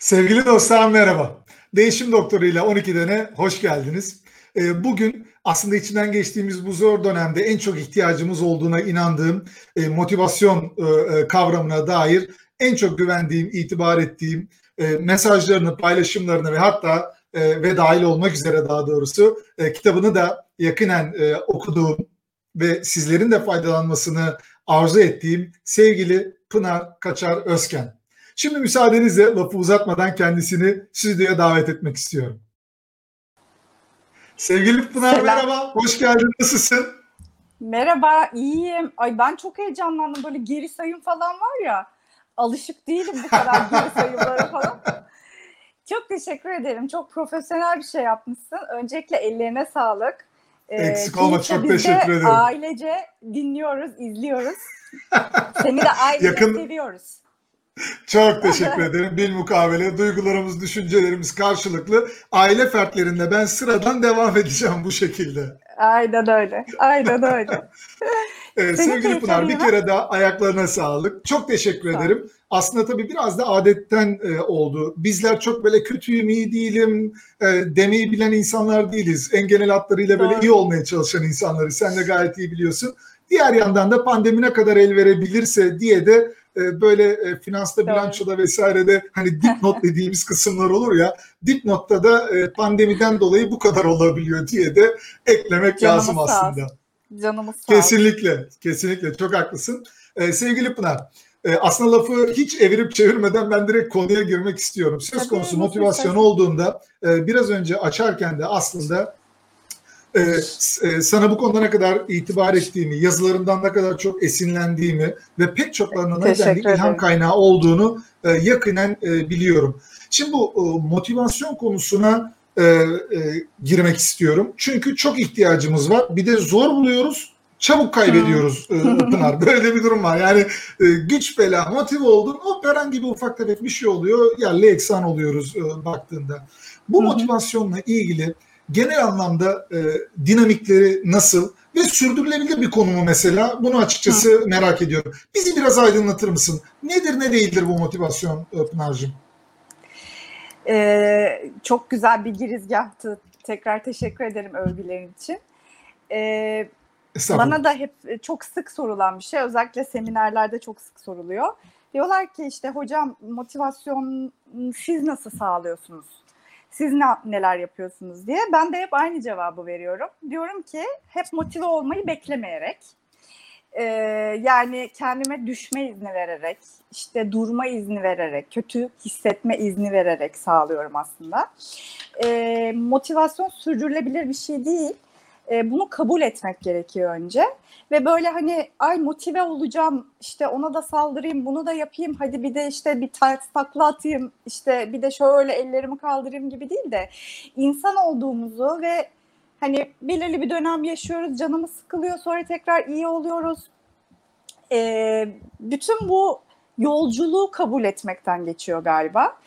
Sevgili dostlar merhaba. Değişim Doktoru ile 12 Dene hoş geldiniz. Bugün aslında içinden geçtiğimiz bu zor dönemde en çok ihtiyacımız olduğuna inandığım motivasyon kavramına dair en çok güvendiğim, itibar ettiğim mesajlarını, paylaşımlarını ve hatta ve dahil olmak üzere daha doğrusu kitabını da yakinen okuduğum ve sizlerin de faydalanmasını arzu ettiğim sevgili Pınar Kaçar Özken. Şimdi müsaadenizle lafı uzatmadan kendisini stüdyoya davet etmek istiyorum. Sevgili Pınar Selam. Merhaba, hoş geldin. Nasılsın? Merhaba, iyiyim. Ay ben çok heyecanlandım. Böyle geri sayım falan var ya. Alışık değilim bu kadar geri sayımlara falan. Çok teşekkür ederim. Çok profesyonel bir şey yapmışsın. Öncelikle ellerine sağlık. Eksik olma, çok biz teşekkür de ederim. ailece dinliyoruz, izliyoruz. Seni de ailece seviyoruz. Çok teşekkür ederim. Bilmukabele duygularımız, düşüncelerimiz karşılıklı. Aile fertlerinde ben sıradan devam edeceğim bu şekilde. Aynen öyle. Aynen öyle. Sevgili Pınar bir kere daha ayaklarına sağlık. Çok teşekkür ederim. Aslında tabii biraz da adetten oldu. Bizler çok böyle kötüyüm, iyi değilim demeyi bilen insanlar değiliz. En genel hatlarıyla böyle iyi olmaya çalışan insanlarız. Sen de gayet iyi biliyorsun. Diğer yandan da pandemi ne kadar el verebilirse diye de böyle finansta, bilançoda vesairede hani dipnot dediğimiz kısımlar olur ya, dipnotta da pandemiden dolayı bu kadar olabiliyor diye de eklemek lazım aslında. Canımız sağ Kesinlikle, kesinlikle çok haklısın. Sevgili Pınar, aslında lafı hiç evirip çevirmeden ben direkt konuya girmek istiyorum. Söz konusu motivasyon olduğunda biraz önce açarken de aslında sana bu konuda ne kadar itibar ettiğimi, yazılarından ne kadar çok esinlendiğimi ve pek çoklarının nedenli ilham kaynağı olduğunu yakinen biliyorum. Şimdi bu motivasyon konusuna girmek istiyorum. Çünkü çok ihtiyacımız var. Bir de zor buluyoruz, çabuk kaybediyoruz Pınar. Böyle bir durum var. Yani güç bela, motive oldun, o herhangi bir ufak tefek bir şey oluyor, yerle eksan oluyoruz baktığında. Bu motivasyonla ilgili genel anlamda dinamikleri nasıl ve sürdürülebilir bir konu mu mesela? Bunu açıkçası merak ediyorum. Bizi biraz aydınlatır mısın? Nedir ne değildir bu motivasyon Pınar'cığım? Çok güzel bir girizgahtı. Tekrar teşekkür ederim övgülerin için. Bana da hep çok sık sorulan bir şey. Özellikle seminerlerde çok sık soruluyor. Diyorlar ki işte hocam motivasyon siz nasıl sağlıyorsunuz? Siz neler yapıyorsunuz diye. Ben de hep aynı cevabı veriyorum. Diyorum ki hep motive olmayı beklemeyerek. Yani kendime düşme izni vererek, işte durma izni vererek, kötü hissetme izni vererek sağlıyorum aslında. Motivasyon sürdürülebilir bir şey değil. Bunu kabul etmek gerekiyor önce. Ve böyle hani ay motive olacağım, işte ona da saldırayım, bunu da yapayım, hadi bir de işte bir takla atayım, işte bir de şöyle ellerimi kaldırayım gibi değil de insan olduğumuzu ve hani belirli bir dönem yaşıyoruz, canımız sıkılıyor, sonra tekrar iyi oluyoruz. Bütün bu yolculuğu kabul etmekten geçiyor galiba.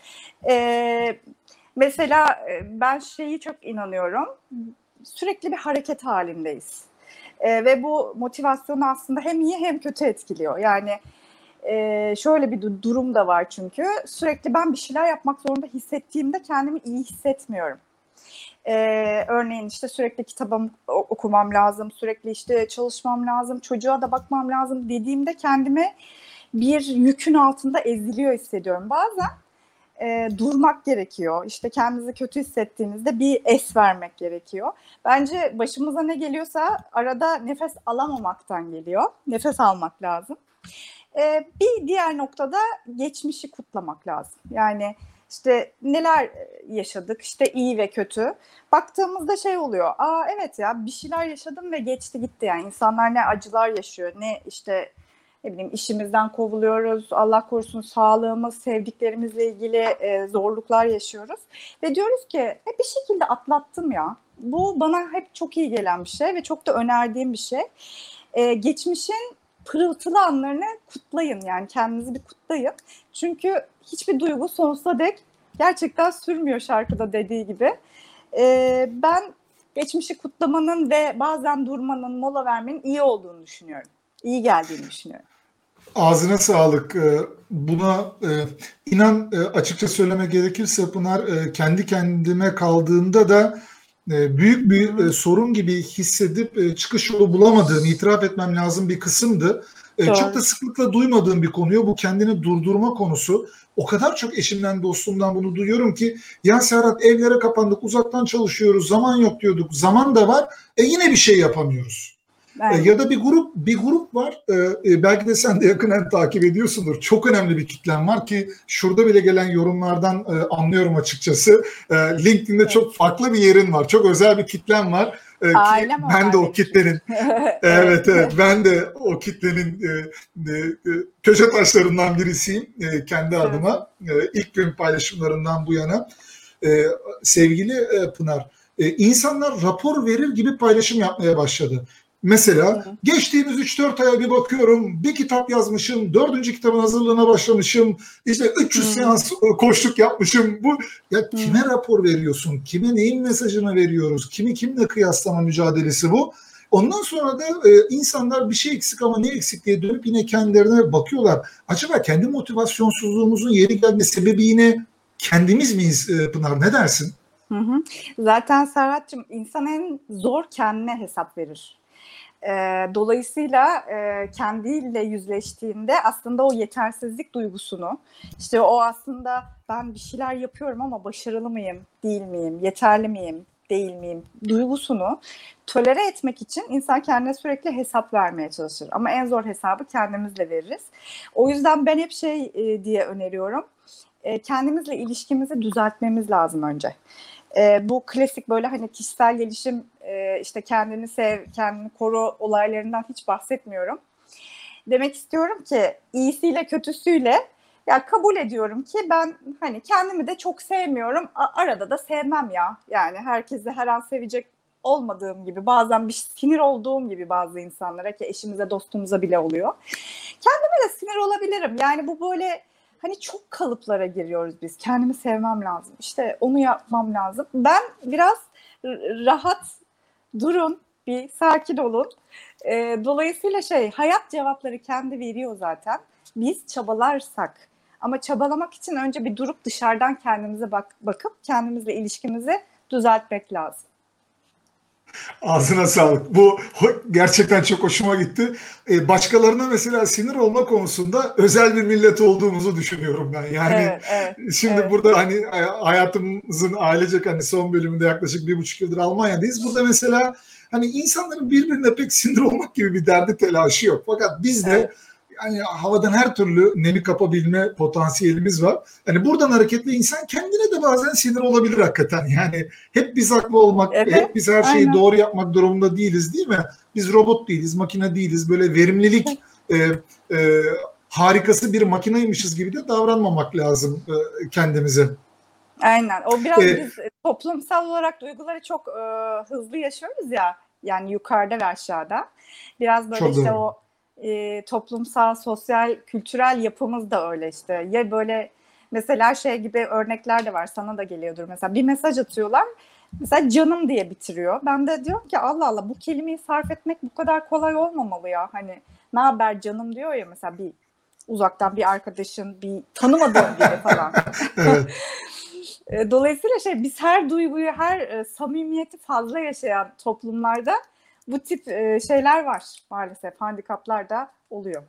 Mesela ben şeyi çok inanıyorum, sürekli bir hareket halindeyiz. Ve bu motivasyonu aslında hem iyi hem kötü etkiliyor. Yani şöyle bir durum da var çünkü sürekli ben bir şeyler yapmak zorunda hissettiğimde kendimi iyi hissetmiyorum. Örneğin işte sürekli kitabım okumam lazım, sürekli işte çalışmam lazım, çocuğa da bakmam lazım dediğimde kendimi bir yükün altında eziliyor hissediyorum. Bazen durmak gerekiyor. İşte kendinizi kötü hissettiğinizde bir es vermek gerekiyor. Bence başımıza ne geliyorsa arada nefes alamamaktan geliyor. Nefes almak lazım. Bir diğer noktada geçmişi kutlamak lazım. Yani işte neler yaşadık, işte iyi ve kötü. Baktığımızda şey oluyor, evet ya bir şeyler yaşadım ve geçti gitti. Yani insanlar ne acılar yaşıyor, ne işte ne bileyim işimizden kovuluyoruz, Allah korusun sağlığımız, sevdiklerimizle ilgili zorluklar yaşıyoruz. Ve diyoruz ki bir şekilde atlattım ya. Bu bana hep çok iyi gelen bir şey ve çok da önerdiğim bir şey. Geçmişin pırıltılı anlarını kutlayın, yani kendinizi bir kutlayın. Çünkü hiçbir duygu sonsuza dek gerçekten sürmüyor, şarkıda dediği gibi. Ben geçmişi kutlamanın ve bazen durmanın, mola vermenin iyi olduğunu düşünüyorum. İyi geldiğini düşünüyorum. Ağzına sağlık. Buna inan, açıkça söylemek gerekirse Pınar, kendi kendime kaldığımda da büyük bir sorun gibi hissedip çıkış yolu bulamadığım, itiraf etmem lazım bir kısımdı. Çok da sıklıkla duymadığım bir konuyu, bu kendini durdurma konusu. O kadar çok eşimden, dostumdan bunu duyuyorum ki, ya Serhat, evlere kapandık, uzaktan çalışıyoruz, zaman yok diyorduk. Zaman da var, yine bir şey yapamıyoruz. Ya da bir grup var, belki de sen de yakından takip ediyorsundur. Çok önemli bir kitlen var ki şurada bile gelen yorumlardan anlıyorum açıkçası. LinkedIn'de çok farklı bir yerin var, çok özel bir kitlen var. Ben de o kitlenin evet, ben de o kitlenin köşe taşlarından birisiyim kendi adıma. İlk gün paylaşımlarından bu yana. Sevgili Pınar, insanlar rapor verir gibi paylaşım yapmaya başladı. Mesela geçtiğimiz 3-4 aya bir bakıyorum, bir kitap yazmışım, 4. kitabın hazırlığına başlamışım, işte 300 seans koçluk yapmışım. Ya kime rapor veriyorsun? Kime neyin mesajını veriyoruz? Kimi kimle kıyaslama mücadelesi bu? Ondan sonra da insanlar bir şey eksik ama ne eksik diye dönüp yine kendilerine bakıyorlar. Acaba kendi motivasyonsuzluğumuzun yeri gelme sebebi yine kendimiz miyiz Pınar? Ne dersin? Zaten Serhat'cığım, insan en zor kendine hesap verir. Dolayısıyla kendiyle yüzleştiğinde aslında o yetersizlik duygusunu, işte o aslında ben bir şeyler yapıyorum ama başarılı mıyım, değil miyim, yeterli miyim, değil miyim duygusunu tolere etmek için insan kendine sürekli hesap vermeye çalışır. Ama en zor hesabı kendimizle veririz. O yüzden ben hep diye öneriyorum, kendimizle ilişkimizi düzeltmemiz lazım önce. Bu klasik böyle hani kişisel gelişim, işte kendini sev, kendini koru olaylarından hiç bahsetmiyorum. Demek istiyorum ki iyisiyle kötüsüyle ya kabul ediyorum ki ben hani kendimi de çok sevmiyorum. Arada da sevmem ya. Yani herkesi her an sevecek olmadığım gibi, bazen bir sinir olduğum gibi bazı insanlara, ki eşimize, dostumuza bile oluyor. Kendime de sinir olabilirim. Yani bu böyle hani çok kalıplara giriyoruz biz. Kendimi sevmem lazım, İşte onu yapmam lazım. Ben biraz rahat durun, bir sakin olun. Dolayısıyla hayat cevapları kendi veriyor zaten. Biz çabalarsak, ama çabalamak için önce bir durup dışarıdan kendimize bakıp kendimizle ilişkimizi düzeltmek lazım. Ağzına sağlık. Bu gerçekten çok hoşuma gitti. Başkalarına mesela sinir olma konusunda özel bir millet olduğumuzu düşünüyorum ben. Yani şimdi burada hani hayatımızın ailecek hani son bölümünde yaklaşık 1,5 yıldır Almanya'dayız. Burada mesela hani insanların birbirine pek sinir olmak gibi bir derdi, telaşı yok. Fakat bizde yani havadan her türlü nemi kapabilme potansiyelimiz var. Yani buradan hareketle insan kendine de bazen sinir olabilir hakikaten. Yani hep biz haklı olmak, hep biz her şeyi doğru yapmak durumunda değiliz, değil mi? Biz robot değiliz, makine değiliz. Böyle verimlilik harikası bir makineymişiz gibi de davranmamak lazım kendimize. Aynen. O biraz biz toplumsal olarak duyguları çok hızlı yaşıyoruz ya. Yani yukarıda ve aşağıda. Biraz böyle çok işte doğru. O toplumsal, sosyal, kültürel yapımız da öyle işte. Ya böyle mesela gibi örnekler de var, sana da geliyordur. Mesela bir mesaj atıyorlar, mesela canım diye bitiriyor. Ben de diyorum ki Allah Allah, bu kelimeyi sarf etmek bu kadar kolay olmamalı ya. Hani ne haber canım diyor ya mesela bir uzaktan bir arkadaşın, bir tanımadığın biri falan. Dolayısıyla biz her duyguyu, her samimiyeti fazla yaşayan toplumlarda bu tip şeyler var maalesef. Handikaplar da oluyor.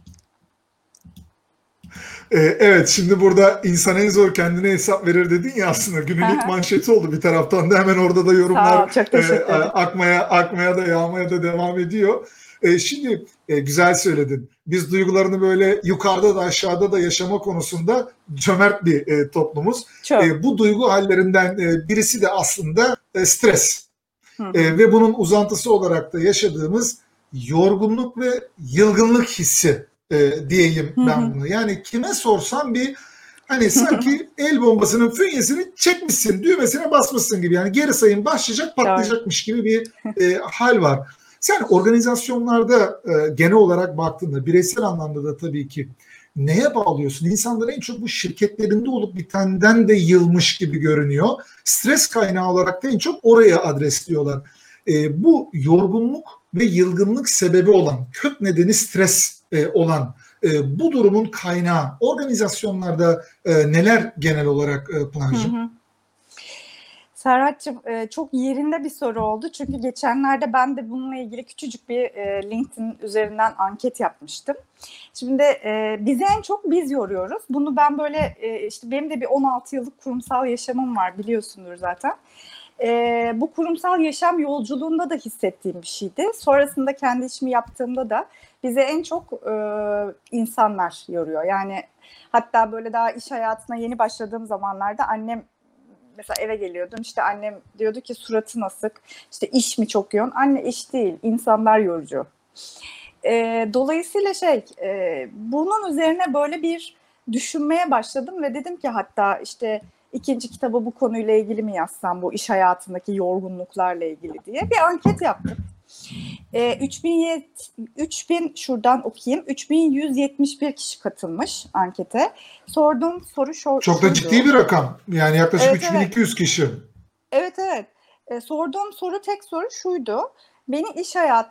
Evet, şimdi burada insan en zor kendine hesap verir dedin ya, aslında günün ilk manşeti oldu bir taraftan da, hemen orada da yorumlar akmaya da yağmaya da devam ediyor. Şimdi güzel söyledin. Biz duygularını böyle yukarıda da aşağıda da yaşama konusunda cömert bir toplumuz. Bu duygu hallerinden birisi de aslında stres. Ve bunun uzantısı olarak da yaşadığımız yorgunluk ve yılgınlık hissi diyeyim ben bunu. Yani kime sorsam bir hani sanki el bombasının fünyesini çekmişsin, düğmesine basmışsın gibi. Yani geri sayım başlayacak, patlayacakmış gibi bir hal var. Sen organizasyonlarda genel olarak baktığında, bireysel anlamda da tabii ki neye bağlıyorsun? İnsanlar en çok bu şirketlerinde olup bitenden de yılmış gibi görünüyor. Stres kaynağı olarak da en çok oraya adresliyorlar. Bu yorgunluk ve yılgınlık sebebi olan, kök nedeni stres olan Bu durumun kaynağı organizasyonlarda neler genel olarak Pınar'cığım? Serhat'cığım çok yerinde bir soru oldu. Çünkü geçenlerde ben de bununla ilgili küçücük bir LinkedIn üzerinden anket yapmıştım. Şimdi bizi en çok biz yoruyoruz. Bunu ben böyle işte benim de bir 16 yıllık kurumsal yaşamım var, biliyorsundur zaten. Bu kurumsal yaşam yolculuğunda da hissettiğim bir şeydi. Sonrasında kendi işimi yaptığımda da bize en çok insanlar yoruyor. Yani hatta böyle daha iş hayatına yeni başladığım zamanlarda annem, mesela eve geliyordum, işte annem diyordu ki suratın asık, işte iş mi çok yoğun? Anne, iş değil, insanlar yorucu. Dolayısıyla bunun üzerine böyle bir düşünmeye başladım ve dedim ki hatta işte ikinci kitabı bu konuyla ilgili mi yazsam, bu iş hayatındaki yorgunluklarla ilgili diye bir anket yaptım. 3000 şuradan okuyayım. 3171 kişi katılmış ankete. Sorduğum soru Çok da ciddi bir rakam. Yani yaklaşık evet, 3200 evet. kişi. Evet. Sorduğum tek soru şuydu. Beni iş hayatında ...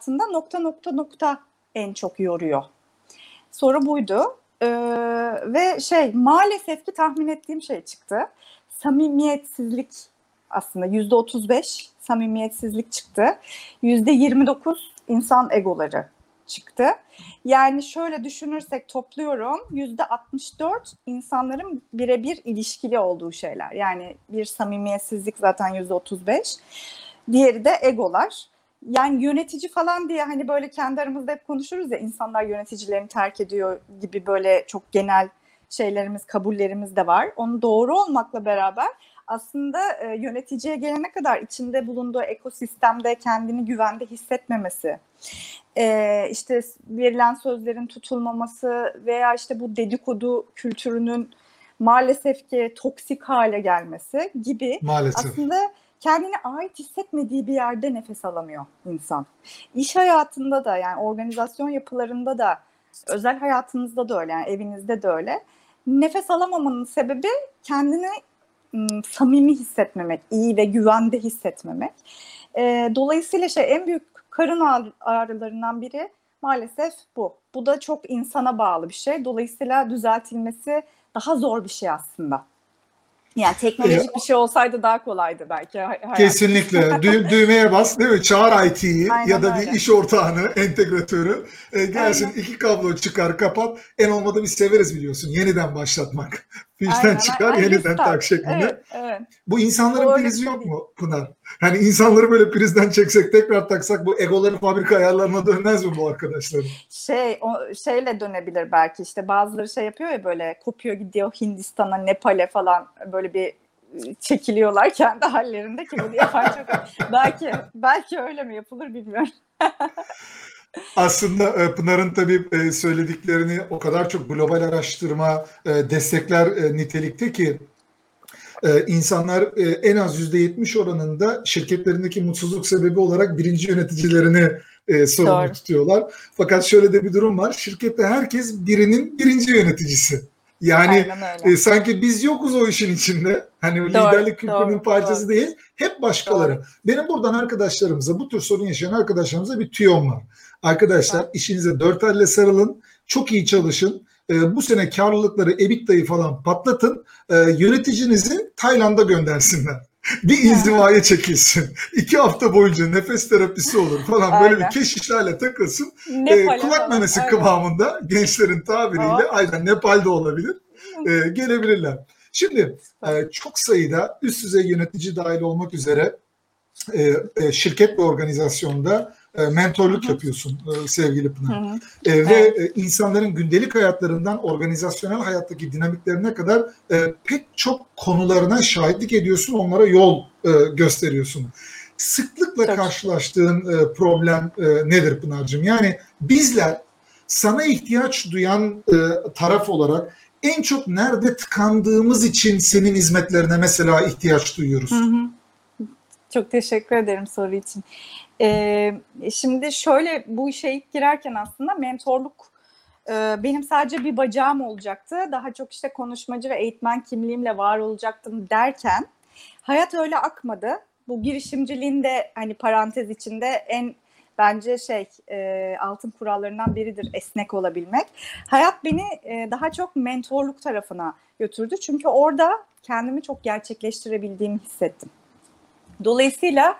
en çok yoruyor. Soru buydu. Ve maalesef ki tahmin ettiğim şey çıktı. Samimiyetsizlik, aslında %35 samimiyetsizlik çıktı. %29 insan egoları çıktı. Yani şöyle düşünürsek, topluyorum, %64 insanların birebir ilişkili olduğu şeyler. Yani bir samimiyetsizlik zaten %35. Diğeri de egolar. Yani yönetici falan diye hani böyle kendi aramızda hep konuşuruz ya, insanlar yöneticilerini terk ediyor gibi böyle çok genel şeylerimiz, kabullerimiz de var. Onun doğru olmakla beraber aslında yöneticiye gelene kadar içinde bulunduğu ekosistemde kendini güvende hissetmemesi, işte verilen sözlerin tutulmaması veya işte bu dedikodu kültürünün maalesef ki toksik hale gelmesi gibi, Maalesef. aslında kendine ait hissetmediği bir yerde nefes alamıyor insan. İş hayatında da, yani organizasyon yapılarında da, özel hayatınızda da öyle, yani evinizde de öyle. Nefes alamamanın sebebi kendini samimi hissetmemek, iyi ve güvende hissetmemek. Dolayısıyla en büyük karın ağrılarından biri maalesef bu. Bu da çok insana bağlı bir şey. Dolayısıyla düzeltilmesi daha zor bir şey aslında. Yani teknolojik bir şey olsaydı daha kolaydı belki hayat. Kesinlikle. Düğmeye bas, değil mi? Çağır IT'yi ya Aynen da bir öyle. iş ortağını, entegratörü. Gelsin, Aynen. 2 kablo çıkar, kapat. En olmadı biz severiz, biliyorsun. Yeniden başlatmak. Fişten Aynen. çıkar, Ay, yeniden restart. tak şeklinde. Evet. Bu Bu insanların öyle bir prizi şey yok değil. mu Pınar? Hani insanları böyle prizden çeksek, tekrar taksak, bu egoların fabrika ayarlarına dönmez mi bu arkadaşların? Şeyle dönebilir belki, işte bazıları yapıyor ya, böyle kopuyor gidiyor Hindistan'a, Nepal'e falan, böyle bir çekiliyorlar kendi hallerinde, ki bunu yapan çok belki öyle mi yapılır bilmiyorum. Aslında Pınar'ın tabii söylediklerini o kadar çok global araştırma destekler nitelikte ki insanlar en az %70 oranında şirketlerindeki mutsuzluk sebebi olarak birinci yöneticilerini sorumlu Doğru. tutuyorlar. Fakat şöyle de bir durum var. Şirkette herkes birinin birinci yöneticisi. Yani Aynen öyle. sanki biz yokuz o işin içinde. Hani o Doğru, liderlik kültürünün doğru, parçası doğru, değil. Hep doğru. başkaları. Benim buradan arkadaşlarımıza, bu tür sorun yaşayan arkadaşlarımıza bir tüyom var. Arkadaşlar, işinize 4 elle sarılın. Çok iyi çalışın. Bu sene karlılıkları, EBITDA'yı falan patlatın. Yöneticinizi Tayland'a göndersinler. Bir inzivaya çekilsin. 2 hafta boyunca nefes terapisi olur falan, böyle bir Aynen. keşişlerle takılsın. Nepal'e Kulak falan. memesi Aynen. kıvamında, gençlerin tabiriyle, Oh. aynen Nepal'de olabilir. Gelebilirler. Şimdi çok sayıda üst düzey yönetici dahil olmak üzere şirket ve organizasyonda mentorluk yapıyorsun sevgili Pınar. Ve insanların gündelik hayatlarından organizasyonel hayattaki dinamiklerine kadar pek çok konularına şahitlik ediyorsun, onlara yol gösteriyorsun. Sıklıkla karşılaştığın problem nedir Pınar'cığım? Yani bizler sana ihtiyaç duyan taraf olarak en çok nerede tıkandığımız için senin hizmetlerine mesela ihtiyaç duyuyoruz? Çok teşekkür ederim soru için. Şimdi şöyle, bu işe ilk girerken aslında mentorluk benim sadece bir bacağım olacaktı. Daha çok işte konuşmacı ve eğitmen kimliğimle var olacaktım derken hayat öyle akmadı. Bu girişimciliğin de hani parantez içinde en Bence altın kurallarından biridir esnek olabilmek. Hayat beni daha çok mentorluk tarafına götürdü. Çünkü orada kendimi çok gerçekleştirebildiğimi hissettim. Dolayısıyla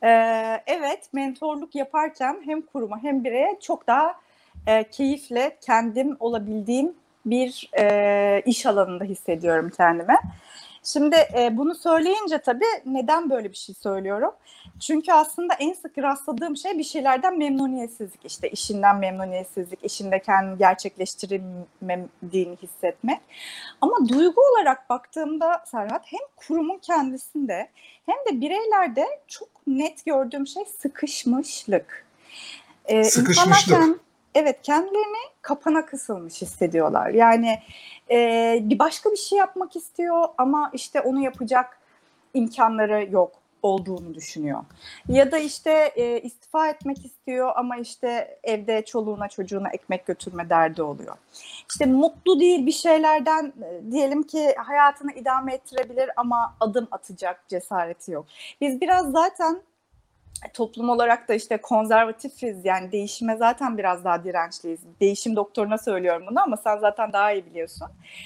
evet, mentorluk yaparken hem kuruma hem bireye çok daha keyifle kendim olabildiğim bir iş alanında hissediyorum kendime. Şimdi bunu söyleyince tabii neden böyle bir şey söylüyorum? Çünkü aslında en sık rastladığım şey bir şeylerden memnuniyetsizlik. İşte işinden memnuniyetsizlik, işinde kendini gerçekleştiremediğini hissetmek. Ama duygu olarak baktığımda Serhat, hem kurumun kendisinde hem de bireylerde çok net gördüğüm şey sıkışmışlık. Sıkışmışlık. Evet, kendilerini kapana kısılmış hissediyorlar. Yani bir başka bir şey yapmak istiyor ama işte onu yapacak imkanları yok olduğunu düşünüyor. Ya da işte istifa etmek istiyor ama işte evde çoluğuna çocuğuna ekmek götürme derdi oluyor. İşte mutlu değil bir şeylerden, diyelim ki hayatını idame ettirebilir ama adım atacak cesareti yok. Biz biraz zaten toplum olarak da işte konservatifiz, yani değişime zaten biraz daha dirençliyiz. Değişim doktoruna söylüyorum bunu ama sen zaten daha iyi biliyorsun.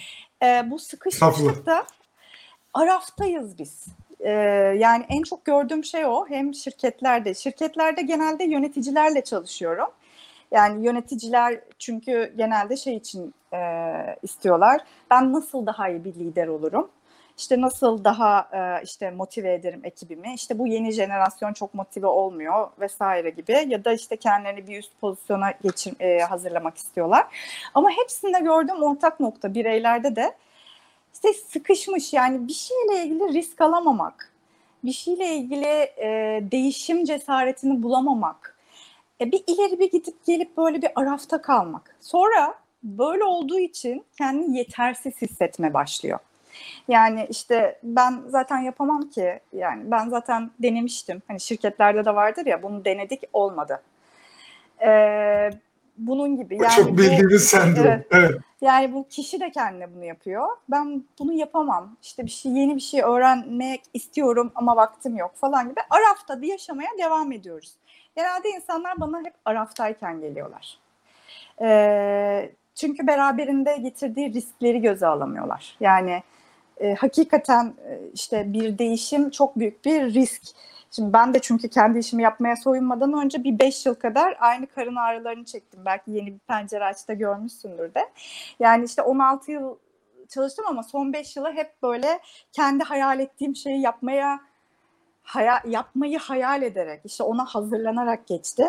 Bu sıkışmışlıkta araftayız biz. Yani en çok gördüğüm şey o. Hem şirketlerde genelde yöneticilerle çalışıyorum. Yani yöneticiler çünkü genelde şey için istiyorlar. Ben nasıl daha iyi bir lider olurum? İşte nasıl daha işte motive ederim ekibimi? İşte bu yeni jenerasyon çok motive olmuyor vesaire gibi, ya da işte kendilerini bir üst pozisyona hazırlamak istiyorlar. Ama hepsinde gördüğüm ortak nokta, bireylerde de işte sıkışmış, yani bir şeyle ilgili risk alamamak, bir şeyle ilgili değişim cesaretini bulamamak, bir ileri bir gidip gelip böyle bir arafta kalmak. Sonra böyle olduğu için kendini yetersiz hissetme başlıyor. Yani işte ben zaten yapamam ki, yani ben zaten denemiştim. Hani şirketlerde de vardır ya, bunu denedik olmadı. Bunun gibi yani Çok bildiğimiz sendrom. Evet. Yani bu kişi de kendine bunu yapıyor. Ben bunu yapamam. İşte yeni bir şey öğrenmek istiyorum ama vaktim yok falan gibi arafta da yaşamaya devam ediyoruz. Genelde insanlar bana hep araftayken geliyorlar. Çünkü beraberinde getirdiği riskleri göze alamıyorlar. Yani hakikaten işte bir değişim çok büyük bir risk. Şimdi ben de çünkü kendi işimi yapmaya soyunmadan önce bir 5 yıl kadar aynı karın ağrılarını çektim. Belki yeni bir pencere açta görmüşsündür de. Yani işte 16 yıl çalıştım ama son 5 yılı hep böyle kendi hayal ettiğim şeyi yapmayı hayal ederek, işte ona hazırlanarak geçti.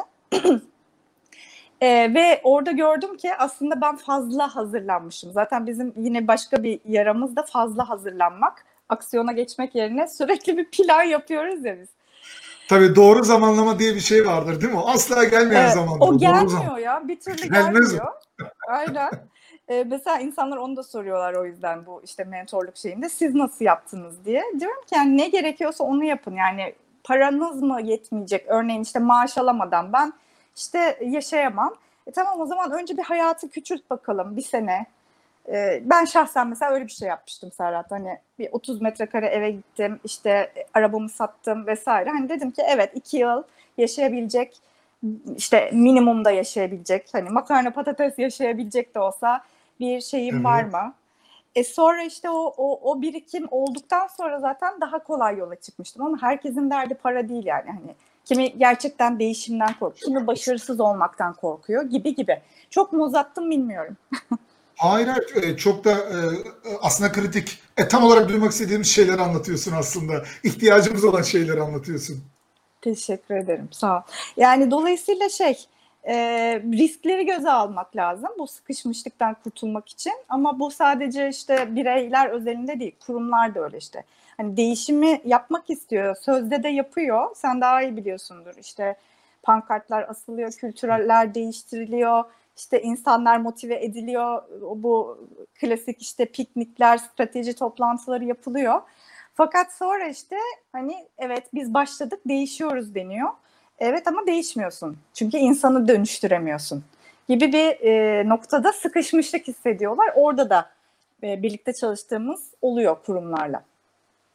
Ve orada gördüm ki aslında ben fazla hazırlanmışım. Zaten bizim yine başka bir yaramız da fazla hazırlanmak. Aksiyona geçmek yerine sürekli bir plan yapıyoruz ya biz. Tabii doğru zamanlama diye bir şey vardır değil mi? Asla gelmeyen zamandır. O gelmiyor doğru zaman. ya, bir türlü Gelmez gelmiyor. Aynen. Mesela insanlar onu da soruyorlar, o yüzden bu işte mentorluk şeyinde siz nasıl yaptınız diye. Diyorum ki yani ne gerekiyorsa onu yapın. Yani paranız mı yetmeyecek? Örneğin işte maaş alamadan ben işte yaşayamam. Tamam, o zaman önce bir hayatı küçült bakalım bir sene. Ben şahsen mesela öyle bir şey yapmıştım Serhat. Hani bir 30 metrekare eve gittim, işte arabamı sattım vesaire. Hani dedim ki evet, 2 yıl yaşayabilecek, işte minimumda yaşayabilecek, hani makarna patates yaşayabilecek de olsa bir şeyim var Evet. mı? Sonra işte o birikim olduktan sonra zaten daha kolay yola çıkmıştım. Ama herkesin derdi para değil yani. Hani kimi gerçekten değişimden korkuyor, kimi başarısız olmaktan korkuyor gibi. Çok mu uzattım bilmiyorum. Hayır, çok da aslında kritik. Tam olarak duymak istediğimiz şeyleri anlatıyorsun aslında. İhtiyacımız olan şeyleri anlatıyorsun. Teşekkür ederim, sağ ol. Yani dolayısıyla riskleri göze almak lazım bu sıkışmışlıktan kurtulmak için. Ama bu sadece işte bireyler özelinde değil, kurumlar da öyle işte. Hani değişimi yapmak istiyor, sözde de yapıyor. Sen daha iyi biliyorsundur. İşte pankartlar asılıyor, kültürler değiştiriliyor, işte insanlar motive ediliyor. Bu klasik işte piknikler, strateji toplantıları yapılıyor. Fakat sonra işte hani evet biz başladık, değişiyoruz deniyor. Evet ama değişmiyorsun. Çünkü insanı dönüştüremiyorsun gibi bir noktada sıkışmışlık hissediyorlar. Orada da birlikte çalıştığımız oluyor kurumlarla.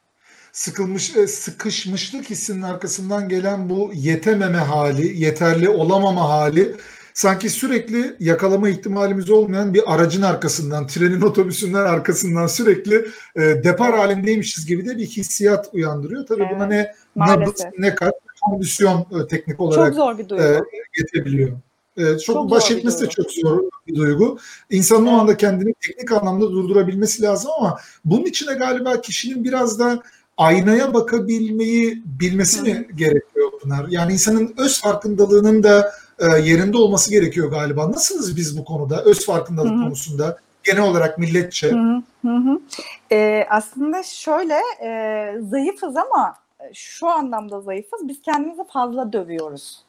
sıkışmışlık hissinin arkasından gelen bu yetememe hali, yeterli olamama hali sanki sürekli yakalama ihtimalimiz olmayan bir aracın arkasından, trenin otobüsünden arkasından sürekli depar halindeymişiz gibi de bir hissiyat uyandırıyor. Tabii buna ne nabız, ne kalp, kondisyon teknik olarak çok zor bir duygu. Yetebiliyor. Çok baş etmesi de çok zor bir duygu. İnsanın o anda kendini teknik anlamda durdurabilmesi lazım ama bunun için de galiba kişinin biraz da aynaya bakabilmeyi bilmesi mi gerekiyor Pınar? Yani insanın öz farkındalığının da yerinde olması gerekiyor galiba. Nasılız biz bu konuda, öz farkındalık konusunda genel olarak milletçe? Aslında şöyle zayıfız ama şu anlamda zayıfız. Biz kendimizi fazla dövüyoruz.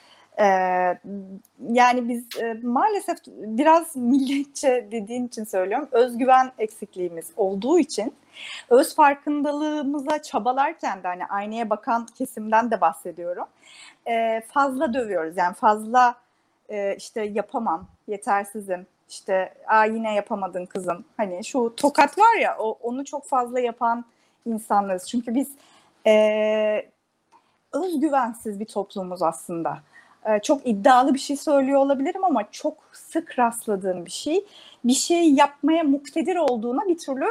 Yani biz maalesef biraz milletçe dediğin için söylüyorum, özgüven eksikliğimiz olduğu için öz farkındalığımıza çabalarken de hani aynaya bakan kesimden de bahsediyorum, fazla dövüyoruz. Yani fazla işte yapamam, yetersizim, işte yine yapamadın kızım, hani şu tokat var ya, onu çok fazla yapan insanlarız. Çünkü biz özgüvensiz bir toplumuz aslında. Çok iddialı bir şey söylüyor olabilirim ama çok sık rastladığım bir şey. Bir şey yapmaya muktedir olduğuna bir türlü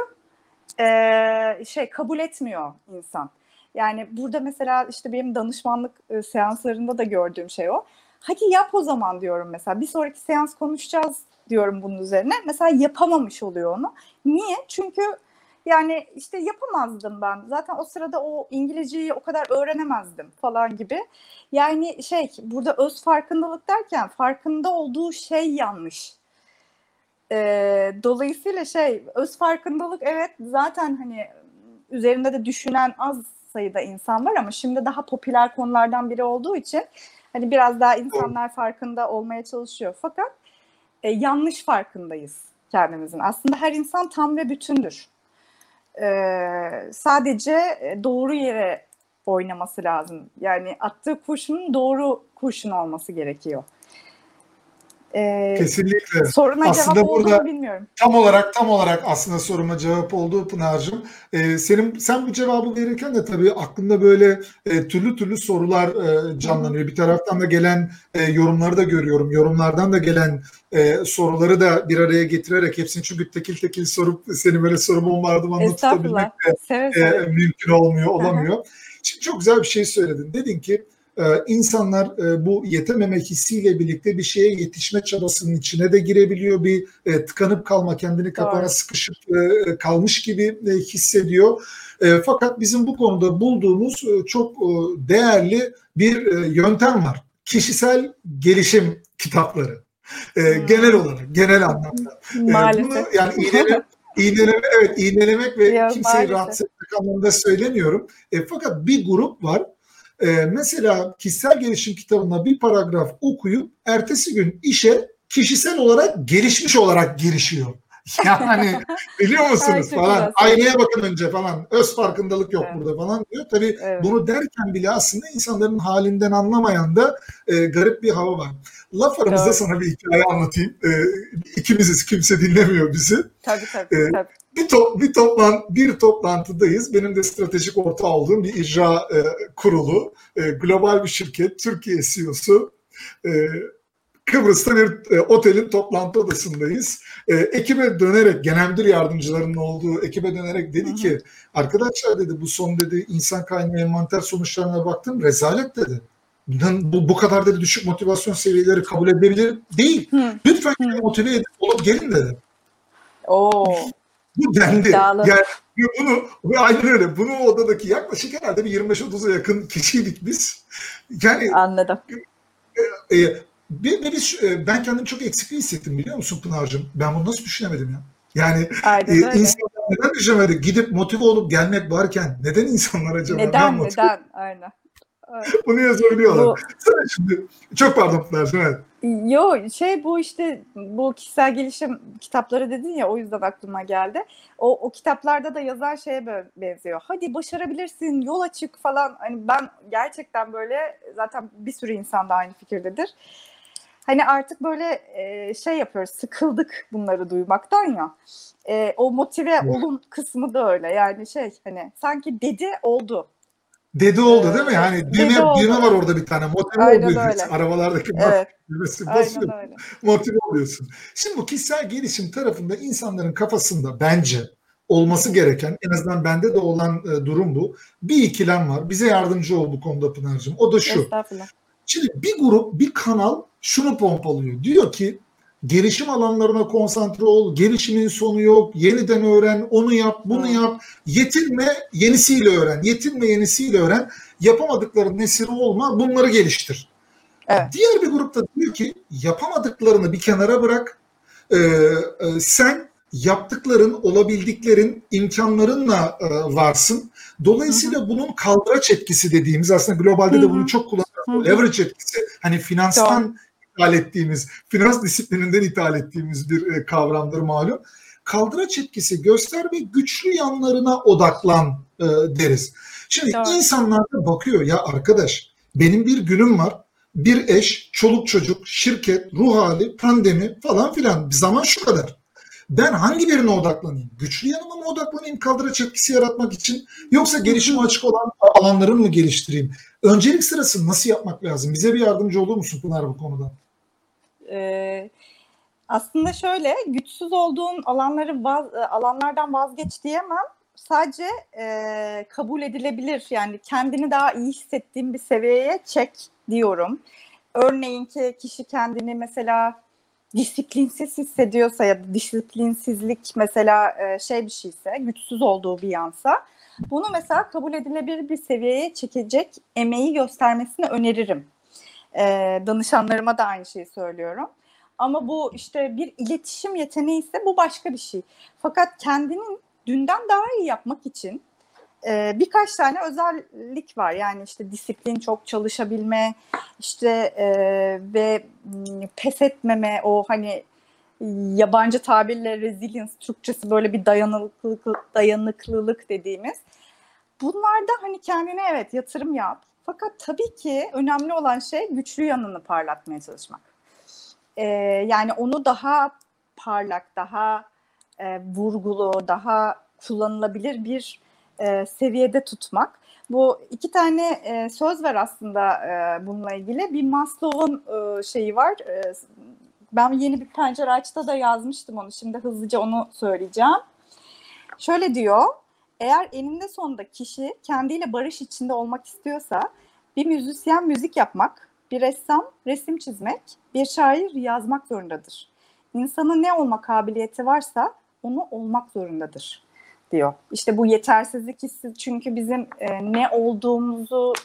kabul etmiyor insan. Yani burada mesela işte benim danışmanlık seanslarında da gördüğüm şey o. Hadi yap o zaman diyorum mesela. Bir sonraki seans konuşacağız diyorum bunun üzerine. Mesela yapamamış oluyor onu. Niye? Çünkü yani işte yapamazdım ben. Zaten o sırada o İngilizceyi o kadar öğrenemezdim falan gibi. Yani burada öz farkındalık derken farkında olduğu şey yanlış. Dolayısıyla öz farkındalık, evet, zaten hani üzerinde de düşünen az sayıda insan var ama şimdi daha popüler konulardan biri olduğu için hani biraz daha insanlar farkında olmaya çalışıyor. Fakat yanlış farkındayız kendimizin. Aslında her insan tam ve bütündür. Sadece doğru yere oynaması lazım. Yani attığı kurşunun doğru kurşun olması gerekiyor. Kesinlikle. Soruna aslında cevap burada olduğunu bilmiyorum. Tam olarak aslında soruma cevap oldu Pınar'cığım. Sen bu cevabı verirken de tabii aklında böyle türlü sorular canlanıyor. Bir taraftan da gelen yorumları da görüyorum. Yorumlardan da gelen soruları da bir araya getirerek hepsini, çünkü tekil sorup seni böyle soru bombardımanla tutabilmek de mümkün olamıyor. Şimdi çok güzel bir şey söyledin. Dedin ki İnsanlar bu yetememe hissiyle birlikte bir şeye yetişme çabasının içine de girebiliyor. Bir tıkanıp kalma, kendini kapana sıkışıp kalmış gibi hissediyor. Fakat bizim bu konuda bulduğumuz çok değerli bir yöntem var. Kişisel gelişim kitapları. Genel olarak, genel anlamda. Maalesef. Bunu yani iğnelemek ve kimseyi rahatsız etmek anlamında söylemiyorum. Fakat bir grup var. Mesela kişisel gelişim kitabına bir paragraf okuyup ertesi gün işe kişisel olarak gelişmiş olarak girişiyor. Yani biliyor musunuz falan, aynaya bakın önce falan, öz farkındalık yok burada falan diyor. Tabii bunu derken bile aslında insanların halinden anlamayan da garip bir hava var. Laf aramızda sana bir hikaye anlatayım. İkimiziz, kimse dinlemiyor bizi. Tabii. Bir toplantıdayız. Benim de stratejik ortağı olduğum bir icra kurulu, global bir şirket, Türkiye CEO'su. Kıbrıs'ta bir otelin toplantı odasındayız. Ekibe dönerek, genel müdür yardımcılarının olduğu ekibe dönerek dedi ki, arkadaşlar dedi, bu son dedi insan kaynağı envanter sonuçlarına baktım, rezalet dedi. Bu kadar dedi düşük motivasyon seviyeleri kabul edilebilir değil. Lütfen motive olup gelin dedi. Bu dendi. Yani aynen öyle. Bunu odadaki yaklaşık herhalde bir 25-30'a yakın kişiydik biz. Yani anladım. Ben kendimi çok eksikliği hissettim, biliyor musun Pınar'cığım? Ben bunu nasıl düşünemedim ya? Yani insanlar neden düşünemedi? Gidip motive olup gelmek varken neden insanlar acaba? Neden? Aynen. Bunu yazabiliyorlar. Şimdi, çok pardon Pınar'cığım. Evet. Bu işte bu kişisel gelişim kitapları dedin ya, o yüzden aklıma geldi. O kitaplarda da yazan şeye benziyor. Hadi başarabilirsin, yol açık falan. Hani ben gerçekten böyle, zaten bir sürü insan da aynı fikirdedir. Hani artık böyle şey yapıyoruz, sıkıldık bunları duymaktan ya. O motive olun kısmı da öyle. Yani şey, hani sanki dedi oldu. Dedi oldu değil mi? Yani Dedi düğme oldu. var orada bir tane. Motive Aynen oluyor. öyle. Arabalardaki Evet. düğmesi Aynen basıyor. öyle. Motive oluyorsun. Şimdi bu kişisel gelişim tarafında insanların kafasında bence olması gereken, en azından bende de olan durum bu. Bir ikilem var. Bize yardımcı ol bu konuda Pınar'cığım. O da şu. Estağfurullah. Şimdi bir grup, bir kanal şunu pompalıyor. Diyor ki gelişim alanlarına konsantre ol, gelişimin sonu yok, yeniden öğren, onu yap, bunu yap, yetinme, yenisiyle öğren, yetinme, yenisiyle öğren, yapamadıkların nesiri olma, bunları geliştir. Evet. Diğer bir grupta diyor ki yapamadıklarını bir kenara bırak, sen yaptıkların, olabildiklerin, imkanlarınla varsın. Dolayısıyla bunun kaldıraç etkisi dediğimiz, aslında globalde de bunu çok kullanıyoruz. Leverage etkisi, hani finanstan ithal ettiğimiz, finans disiplininden ithal ettiğimiz bir kavramdır malum. Kaldıraç etkisi göster ve güçlü yanlarına odaklan deriz. Şimdi insanlar da bakıyor, ya arkadaş benim bir günüm var. Bir eş, çoluk çocuk, şirket, ruh hali, pandemi falan filan. Bir zaman şu kadar. Ben hangi birine odaklanayım? Güçlü yanıma mı odaklanayım kaldıraç etkisi yaratmak için? Yoksa gelişime açık olan alanları mı geliştireyim? Öncelik sırası nasıl yapmak lazım? Bize bir yardımcı olur musun Pınar bu konuda? Aslında şöyle, güçsüz olduğun alanlardan vazgeç diyemem. Sadece kabul edilebilir, yani kendini daha iyi hissettiğin bir seviyeye çek diyorum. Örneğin ki kişi kendini mesela disiplinsiz hissediyorsa ya da disiplinsizlik mesela şey bir şeyse, güçsüz olduğu bir yansa, bunu mesela kabul edilebilir bir seviyeye çekecek emeği göstermesini öneririm. Danışanlarıma da aynı şeyi söylüyorum. Ama bu işte bir iletişim yeteneği ise bu başka bir şey. Fakat kendinin dünden daha iyi yapmak için birkaç tane özellik var. Yani işte disiplin, çok çalışabilme, işte ve pes etmeme, o hani yabancı tabirle resilience, Türkçesi böyle bir dayanıklılık dediğimiz. Bunlarda hani kendine evet yatırım yap. Fakat tabii ki önemli olan şey güçlü yanını parlatmaya çalışmak. Yani onu daha parlak, daha vurgulu, daha kullanılabilir bir seviyede tutmak. Bu iki tane söz var aslında bununla ilgili. Bir Maslow'un şeyi var. Ben yeni bir pencere açta da yazmıştım onu. Şimdi hızlıca onu söyleyeceğim. Şöyle diyor. Eğer eninde sonunda kişi kendiyle barış içinde olmak istiyorsa bir müzisyen müzik yapmak, bir ressam resim çizmek, bir şair yazmak zorundadır. İnsanın ne olma kabiliyeti varsa onu olmak zorundadır diyor. İşte bu yetersizlik hissi, çünkü bizim ne olduğumuzu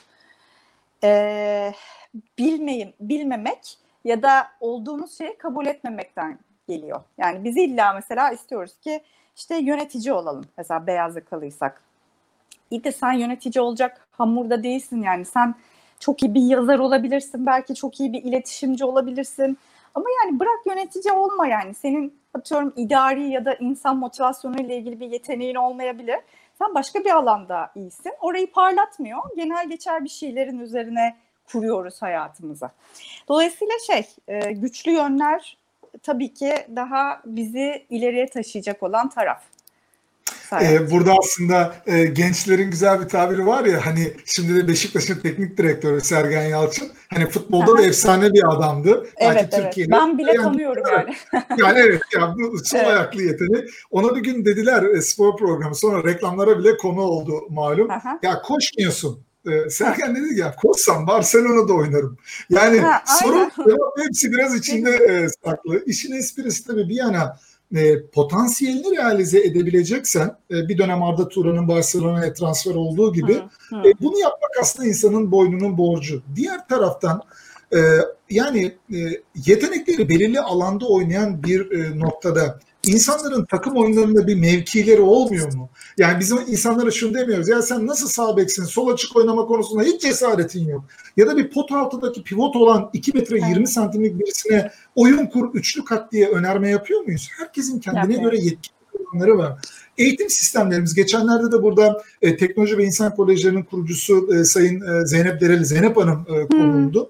bilmemek ya da olduğumuz şeyi kabul etmemekten geliyor. Yani biz illa mesela istiyoruz ki işte yönetici olalım. Mesela beyaz yakalıysak. İyi de sen yönetici olacak hamurda değilsin yani. Sen çok iyi bir yazar olabilirsin. Belki çok iyi bir iletişimci olabilirsin. Ama yani bırak yönetici olma yani. Senin atıyorum idari ya da insan motivasyonu ile ilgili bir yeteneğin olmayabilir. Sen başka bir alanda iyisin. Orayı parlatmıyor. Genel geçer bir şeylerin üzerine kuruyoruz hayatımıza. Dolayısıyla güçlü yönler tabii ki daha bizi ileriye taşıyacak olan taraf. Burada aslında gençlerin güzel bir tabiri var ya, hani şimdi de Beşiktaş'ın teknik direktörü Sergen Yalçın, hani futbolda da efsane bir adamdı. Evet, evet. Ben bile tanıyorum yani. Yani evet, yani bu sol ayaklı yetenek. Ona bir gün dediler spor programı, sonra reklamlara bile konu oldu malum. Ya koşmuyorsun. Sergen dedi ki ya koşsam Barcelona'da oynarım. Yani sorun hepsi biraz içinde saklı. İşin esprisi tabii bir yana, potansiyelini realize edebileceksen, bir dönem Arda Turan'ın Barcelona'ya transfer olduğu gibi bunu yapmak aslında insanın boynunun borcu. Diğer taraftan yani yetenekleri belirli alanda oynayan bir noktada insanların takım oyunlarında bir mevkileri olmuyor mu? Yani bizim insanlara şunu demiyoruz, ya sen nasıl sağ beksin, sol açık oynama konusunda hiç cesaretin yok. Ya da bir pot altındaki pivot olan 2 metre 20 santimlik birisine oyun kur, üçlü kat diye önerme yapıyor muyuz? Herkesin kendine göre yetki alanları var. Eğitim sistemlerimiz, geçenlerde de burada Teknoloji ve İnsan Kolejlerinin kurucusu Sayın Zeynep Dereli, Zeynep Hanım konuldu.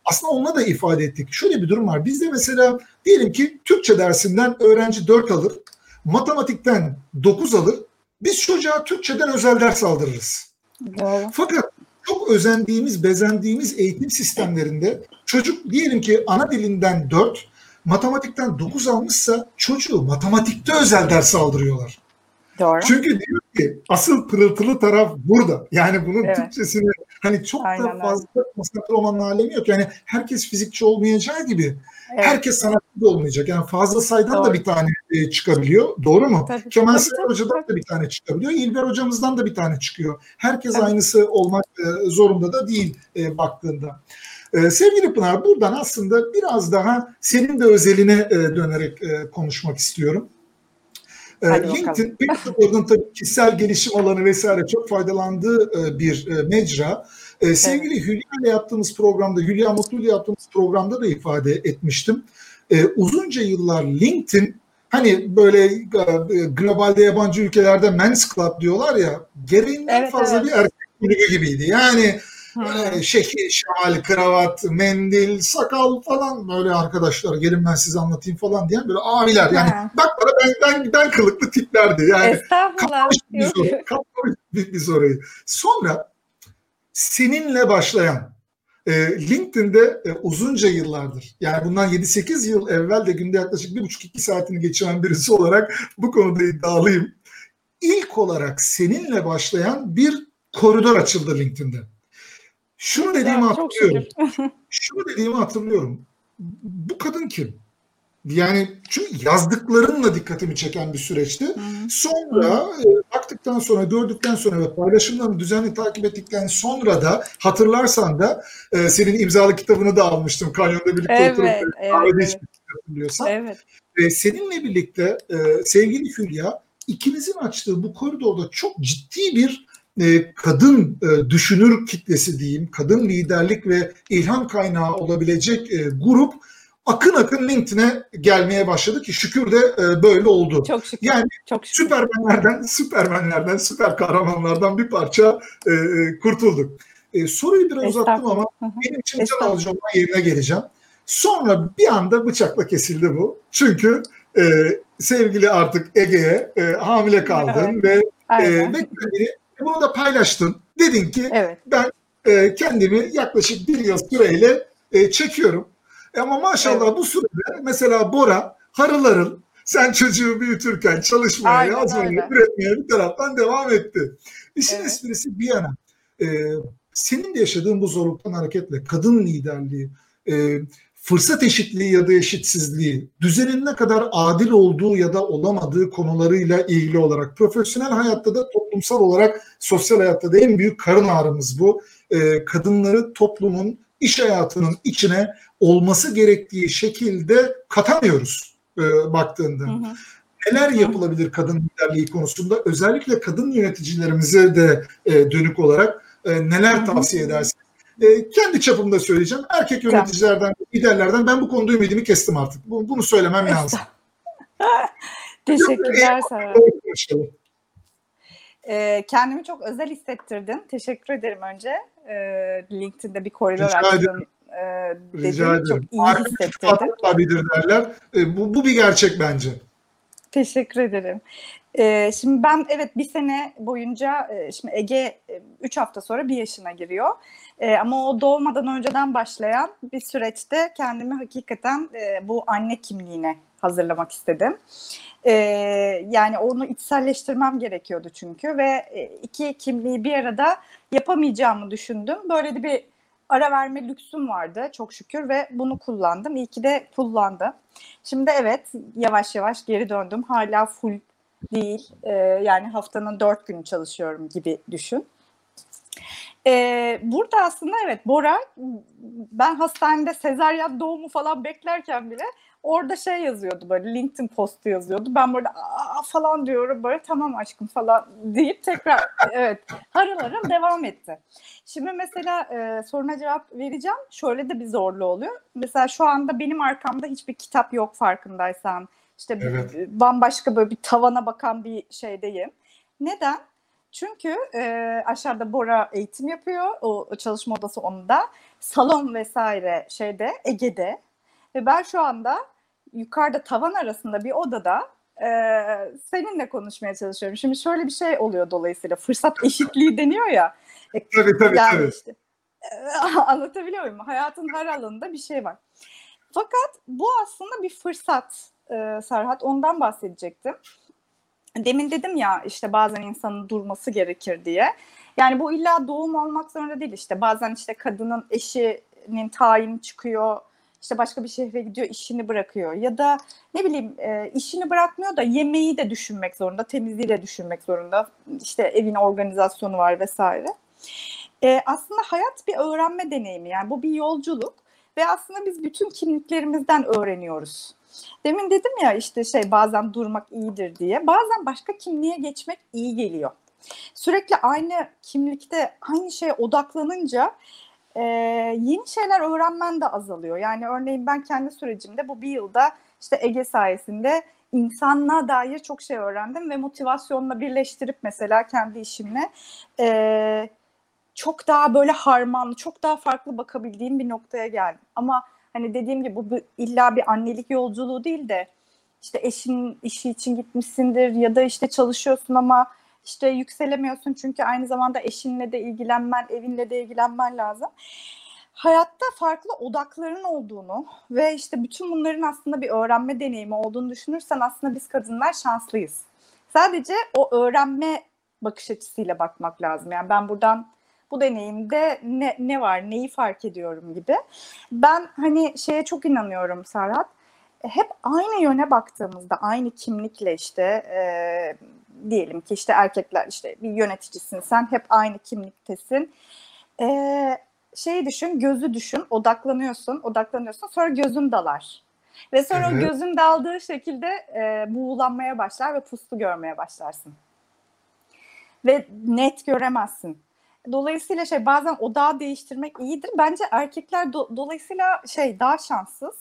Aslında onunla da ifade ettik. Şöyle bir durum var. Bizde mesela diyelim ki Türkçe dersinden öğrenci 4 alır, matematikten 9 alır. Biz çocuğa Türkçeden özel ders aldırırız. Doğru. Fakat çok özendiğimiz, bezendiğimiz eğitim sistemlerinde çocuk diyelim ki ana dilinden 4, matematikten 9 almışsa çocuğu matematikte özel ders aldırıyorlar. Doğru. Çünkü diyor ki asıl pırıltılı taraf burada. Yani bunun Türkçesini hani çok da fazla konsantre olmanın alemi yok. Yani herkes fizikçi olmayacağı gibi herkes sanatçı da olmayacak. Yani Fazıl Say'dan da bir tane çıkabiliyor. Doğru mu? Tabii, Kemal Sayar Hoca'dan da bir tane çıkabiliyor. İlber Hocamızdan da bir tane çıkıyor. Herkes aynısı olmak zorunda da değil baktığında. Sevgili Pınar, buradan aslında biraz daha senin de özeline dönerek konuşmak istiyorum. LinkedIn pek çok tabii kişisel gelişim alanı vesaire çok faydalandığı bir mecra. Sevgili Hülya ile yaptığımız programda, Hülya Mutlu ile yaptığımız programda da ifade etmiştim. Uzunca yıllar LinkedIn hani böyle globalde yabancı ülkelerde men's club diyorlar ya, gereğinden fazla bir erkek kulübü gibiydi. Yani böyle şekil, şamal, kravat, mendil, sakal falan böyle arkadaşlar gelin ben size anlatayım falan diyen böyle abiler. Yani bak bana ben kılıklı tiplerdi. Yani kapmamış bir soruyu. Sonra seninle başlayan LinkedIn'de uzunca yıllardır, yani bundan 7-8 yıl evvel de günde yaklaşık 1,5-2 saatini geçiren birisi olarak bu konuda iddialıyım. İlk olarak seninle başlayan bir koridor açıldı LinkedIn'de. Şunu dediğimi hatırlıyorum. Bu kadın kim? Yani çünkü yazdıklarınla dikkatimi çeken bir süreçti. Sonra baktıktan sonra, gördükten sonra ve paylaşımlarını düzenli takip ettikten sonra da hatırlarsan da senin imzalı kitabını da almıştım. Kanyon'da birlikte oturup kahvede içmiştik hatırlıyorsan. Seninle birlikte sevgili Hülya, ikimizin açtığı bu koridorda çok ciddi bir kadın düşünür kitlesi diyeyim, kadın liderlik ve ilham kaynağı olabilecek grup akın akın LinkedIn'e gelmeye başladı ki şükür de böyle oldu. Çok şükür. Yani çok şükür. Süpermenlerden, süper kahramanlardan bir parça kurtulduk. Soruyu biraz uzattım ama benim için can alıcı olan yerine geleceğim. Sonra bir anda bıçakla kesildi bu. Çünkü sevgili artık Ege'ye hamile kaldın ve bunu da paylaştın. Dedin ki ben kendimi yaklaşık 1 yıl süreyle çekiyorum. Ama maşallah bu sürede mesela Bora harıl harıl sen çocuğu büyütürken çalışmaya, yazmaya, üretmeye bir taraftan devam etti. İşin esprisi bir yana. Senin de yaşadığın bu zorluktan hareketle kadın liderliği, fırsat eşitliği ya da eşitsizliği, düzenin ne kadar adil olduğu ya da olamadığı konularıyla ilgili olarak profesyonel hayatta da toplumsal olarak sosyal hayatta da en büyük karın ağrımız bu. Kadınları toplumun, iş hayatının içine olması gerektiği şekilde katamıyoruz baktığında. Neler yapılabilir kadın liderliği konusunda? Özellikle kadın yöneticilerimize de dönük olarak neler tavsiye edersin? Kendi çapımda söyleyeceğim. Erkek yöneticilerden, liderlerden ben bu konuda ümidimi kestim artık. Bunu söylemem lazım. Teşekkürler sana. Kendimi çok özel hissettirdin. Teşekkür ederim önce. LinkedIn'de bir koridor açtın. Rica ederim. Çok iyi hissettirdin. Tabidir derler. Bu bir gerçek bence. Teşekkür ederim. Şimdi ben bir sene boyunca şimdi Ege 3 hafta sonra 1 yaşına giriyor. Ama o doğmadan önceden başlayan bir süreçte kendimi hakikaten bu anne kimliğine hazırlamak istedim. Yani onu içselleştirmem gerekiyordu çünkü ve 2 kimliği bir arada yapamayacağımı düşündüm. Böyle de bir ara verme lüksüm vardı çok şükür ve bunu kullandım. İyi ki de kullandım. Şimdi yavaş yavaş geri döndüm. Hala full değil. Yani haftanın 4 günü çalışıyorum gibi düşün. Burada aslında Bora, ben hastanede sezaryen doğumu falan beklerken bile orada yazıyordu, böyle LinkedIn postu yazıyordu. Ben böyle falan diyorum, böyle tamam aşkım falan deyip tekrar harıl harıl devam etti. Şimdi mesela soruna cevap vereceğim. Şöyle de bir zorluğu oluyor. Mesela şu anda benim arkamda hiçbir kitap yok farkındaysan. İşte bambaşka böyle bir tavana bakan bir şeydeyim. Neden? Çünkü aşağıda Bora eğitim yapıyor. O çalışma odası onda. Salon vesaire şeyde, Ege'de. Ve ben şu anda yukarıda tavan arasında bir odada seninle konuşmaya çalışıyorum. Şimdi şöyle bir şey oluyor dolayısıyla. Fırsat eşitliği deniyor ya. Tabii. Yani işte anlatabiliyor muyum? Hayatın her alanında bir şey var. Fakat bu aslında bir fırsat Serhat. Ondan bahsedecektim. Demin dedim ya işte bazen insanın durması gerekir diye. Yani bu illa doğum olmak zorunda değil işte. Bazen işte kadının eşinin tayini çıkıyor. İşte başka bir şehre gidiyor, işini bırakıyor. Ya da ne bileyim işini bırakmıyor da yemeği de düşünmek zorunda, temizliği de düşünmek zorunda. İşte evin organizasyonu var vesaire. Aslında hayat bir öğrenme deneyimi. Yani bu bir yolculuk ve aslında biz bütün kimliklerimizden öğreniyoruz. Demin dedim ya işte bazen durmak iyidir diye. Bazen başka kimliğe geçmek iyi geliyor. Sürekli aynı kimlikte aynı şeye odaklanınca yeni şeyler öğrenmen de azalıyor. Yani örneğin ben kendi sürecimde bu bir yılda işte Ege sayesinde insanlığa dair çok şey öğrendim ve motivasyonla birleştirip mesela kendi işimle çok daha böyle harmanlı, çok daha farklı bakabildiğim bir noktaya geldim. Ama hani dediğim gibi bu illa bir annelik yolculuğu değil de işte eşin işi için gitmişsindir ya da işte çalışıyorsun ama işte yükselemiyorsun çünkü aynı zamanda eşinle de ilgilenmen, evinle de ilgilenmen lazım. Hayatta farklı odakların olduğunu ve işte bütün bunların aslında bir öğrenme deneyimi olduğunu düşünürsen aslında biz kadınlar şanslıyız. Sadece o öğrenme bakış açısıyla bakmak lazım. Yani ben buradan bu deneyimde ne var, neyi fark ediyorum gibi. Ben hani şeye çok inanıyorum Serhat. Hep aynı yöne baktığımızda, aynı kimlikle işte diyelim ki işte erkekler işte bir yöneticisin sen, hep aynı kimliktesin. Şeyi düşün, gözü düşün, odaklanıyorsun, sonra gözün dalar. Ve sonra o gözün daldığı şekilde buğulanmaya başlar ve puslu görmeye başlarsın. Ve net göremezsin. Dolayısıyla bazen odağı değiştirmek iyidir. Bence erkekler dolayısıyla daha şanssız.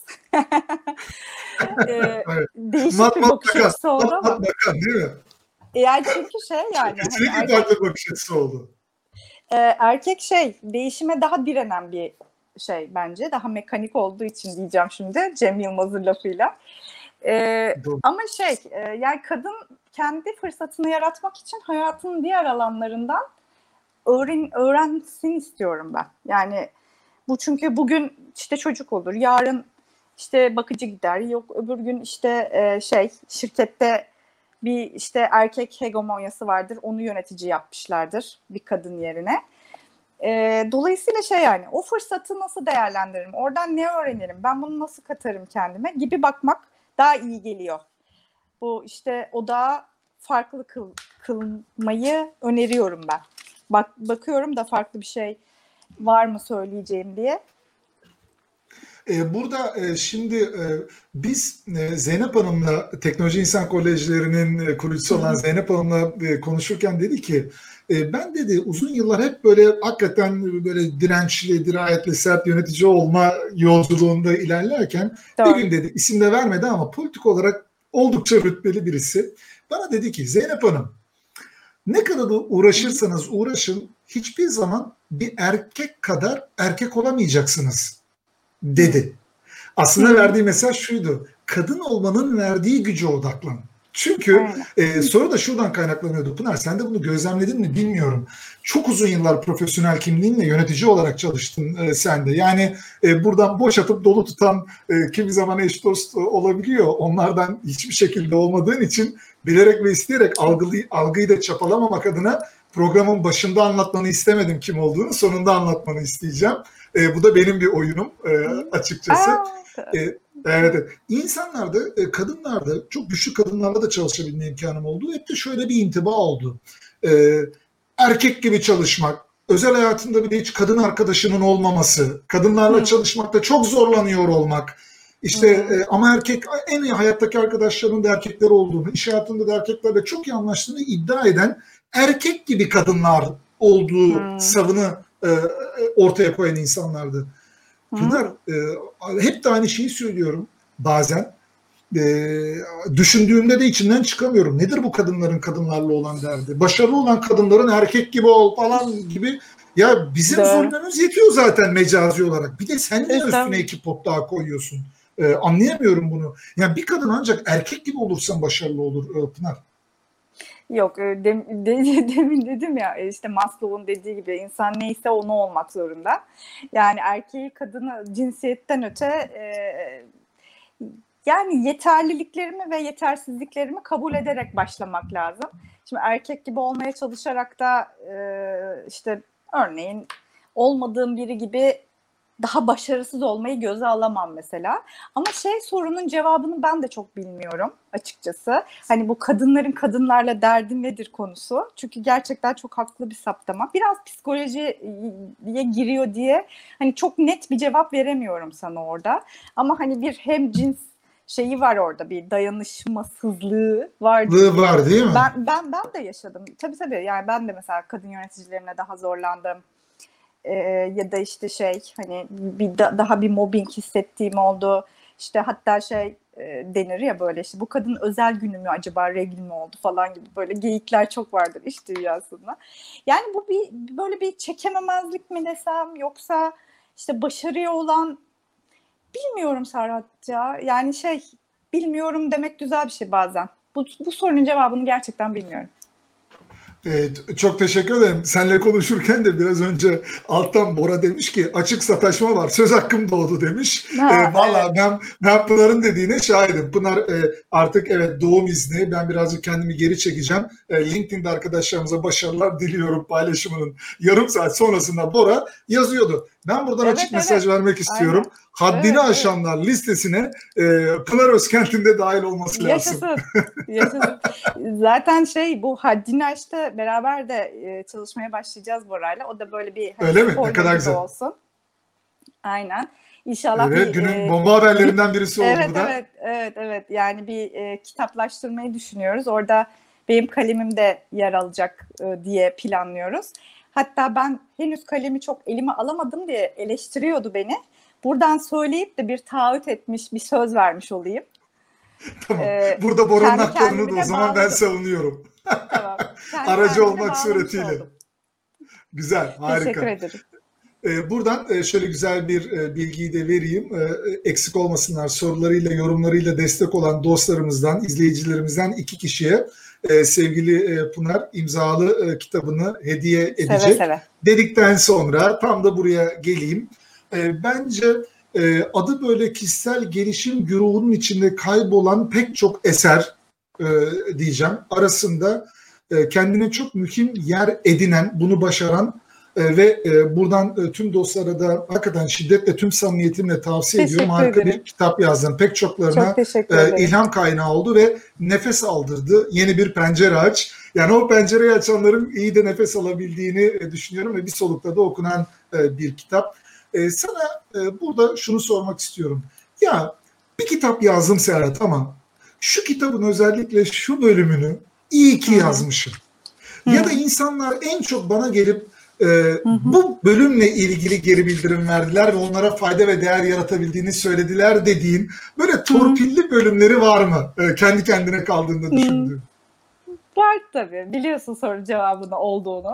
Evet. Değişik bir bakış açısı oldu ama. Değil mi? Yani çünkü yani. Kesinlikle Hani farklı bakış açısı oldu. Erkek değişime daha direnen bir bence. Daha mekanik olduğu için diyeceğim şimdi Cem Yılmaz'ın lafıyla. Ama yani kadın kendi fırsatını yaratmak için hayatının diğer alanlarından öğrensin istiyorum ben. Yani bu çünkü bugün işte çocuk olur, yarın işte bakıcı gider, yok öbür gün işte şirkette bir işte erkek hegemonyası vardır, onu yönetici yapmışlardır bir kadın yerine. Dolayısıyla yani o fırsatı nasıl değerlendiririm, oradan ne öğrenirim, ben bunu nasıl katarım kendime gibi bakmak daha iyi geliyor. Bu işte odağı farklı kılmayı öneriyorum ben. Bakıyorum da farklı bir şey var mı söyleyeceğim diye. Burada şimdi biz Zeynep Hanım'la Teknoloji İnsan Kolejleri'nin kurucusu olan Zeynep Hanım'la konuşurken dedi ki ben dedi uzun yıllar hep böyle hakikaten böyle dirençli, dirayetli, sert yönetici olma yolculuğunda ilerlerken bir gün dedi, isim de vermedi ama politik olarak oldukça rütbeli birisi. Bana dedi ki Zeynep Hanım, ne kadar uğraşırsanız uğraşın hiçbir zaman bir erkek kadar erkek olamayacaksınız dedi. Aslında verdiği mesaj şuydu. Kadın olmanın verdiği güce odaklan. Çünkü soru da şuradan kaynaklanıyordu. Pınar, sen de bunu gözlemledin mi bilmiyorum. Çok uzun yıllar profesyonel kimliğinle yönetici olarak çalıştın sen de. Yani buradan boş atıp dolu tutan kimi zaman eş dost olabiliyor. Onlardan hiçbir şekilde olmadığın için bilerek ve isteyerek algıyı da çapalamamak adına programın başında anlatmanı istemedim kim olduğunu. Sonunda anlatmanı isteyeceğim. Bu da benim bir oyunum açıkçası. Evet. İnsanlarda, kadınlarda, çok güçlü kadınlarla da çalışabilme imkanım oldu. Hep de şöyle bir intiba oldu. Erkek gibi çalışmak, özel hayatında bile hiç kadın arkadaşının olmaması, kadınlarla çalışmakta çok zorlanıyor olmak. İşte ama en iyi hayattaki arkadaşlarının da erkekler olduğunu, iş hayatında da erkeklerle çok iyi anlaştığını iddia eden erkek gibi kadınlar olduğu savını ortaya koyan insanlardı. Pınar, hep de aynı şeyi söylüyorum bazen. Düşündüğümde de içinden çıkamıyorum. Nedir bu kadınların kadınlarla olan derdi? Başarılı olan kadınların erkek gibi ol falan gibi. Ya bizim zulmümüz yetiyor zaten mecazi olarak. Bir de sen niye üstüne 2 pot daha koyuyorsun? Anlayamıyorum bunu. Yani bir kadın ancak erkek gibi olursan başarılı olur Pınar. Yok, demin dedim ya, işte Maslow'un dediği gibi insan neyse onu olmak zorunda. Yani erkeği, kadını cinsiyetten öte yani yeterliliklerimi ve yetersizliklerimi kabul ederek başlamak lazım. Şimdi erkek gibi olmaya çalışarak da işte örneğin olmadığım biri gibi daha başarısız olmayı göze alamam mesela. Ama sorunun cevabını ben de çok bilmiyorum açıkçası. Hani bu kadınların kadınlarla derdi nedir konusu. Çünkü gerçekten çok haklı bir saptama. Biraz psikolojiye giriyor diye hani çok net bir cevap veremiyorum sana orada. Ama hani bir hemcins şeyi var orada, bir dayanışmasızlığı var diye. Var değil mi? Ben de yaşadım. Tabii yani ben de mesela kadın yöneticilerine daha zorlandım. Ya da işte hani daha bir mobbing hissettiğim oldu. İşte hatta denir ya böyle, işte bu kadın özel günü mü acaba, regl mi oldu falan gibi böyle geyikler çok vardır iş dünyasında. Yani bu böyle bir çekememezlik mi desem, yoksa işte başarıya olan, bilmiyorum Serhat ya. Yani bilmiyorum demek güzel bir şey bazen. Bu sorunun cevabını gerçekten bilmiyorum. Çok teşekkür ederim. Seninle konuşurken de biraz önce alttan Bora demiş ki açık sataşma var. Söz hakkım doğdu demiş. Vallahi evet. Ben Pınar'ın dediğine şahidim. Pınar artık evet doğum izni. Ben birazcık kendimi geri çekeceğim. LinkedIn'de arkadaşlarımıza başarılar diliyorum paylaşımının yarım saat sonrasında Bora yazıyordu. Ben buradan açık mesaj vermek istiyorum. Aynen. Haddini aşanlar listesine Pınar Özkent'in de dahil olması lazım. Yaşasın. Zaten bu haddini aştı, beraber de çalışmaya başlayacağız Bora'yla. O da böyle bir öyle mi? Ne kadar güzel olsun. Aynen. İnşallah evet, günün bomba haberlerinden birisi oldu bu da. Evet. Yani bir kitaplaştırmayı düşünüyoruz. Orada benim kalemim de yer alacak diye planlıyoruz. Hatta ben henüz kalemi çok elime alamadım diye eleştiriyordu beni. Buradan söyleyip de bir taahhüt etmiş, bir söz vermiş olayım. Tamam. Burada Bora'nın haklarını da o zaman ben savunuyorum. Tamam. Aracı olmak suretiyle. Güzel, harika. Teşekkür ederim. Buradan şöyle güzel bir bilgiyi de vereyim. Eksik olmasınlar, sorularıyla, yorumlarıyla destek olan dostlarımızdan, izleyicilerimizden 2 kişiye sevgili Pınar imzalı kitabını hediye edecek. Seve. Dedikten sonra tam da buraya geleyim. Bence adı böyle kişisel gelişim güruhunun içinde kaybolan pek çok eser diyeceğim. Arasında kendine çok mühim yer edinen, bunu başaran ve buradan tüm dostlara da hakikaten şiddetle, tüm samimiyetimle tavsiye ediyorum. Harika bir kitap yazdım. Pek çoklarına ilham kaynağı oldu ve nefes aldırdı. Yeni bir pencere aç. Yani o pencereyi açanların iyi de nefes alabildiğini düşünüyorum ve bir solukta da okunan bir kitap. Sana burada şunu sormak istiyorum. Ya bir kitap yazdım Serhat ama şu kitabın özellikle şu bölümünü iyi ki yazmışım. Ya da insanlar en çok bana gelip bu bölümle ilgili geri bildirim verdiler ve onlara fayda ve değer yaratabildiğini söylediler dediğin böyle torpilli bölümleri var mı? Kendi kendine kaldığında düşündüğün. Var tabii. Biliyorsun soru cevabını olduğunu.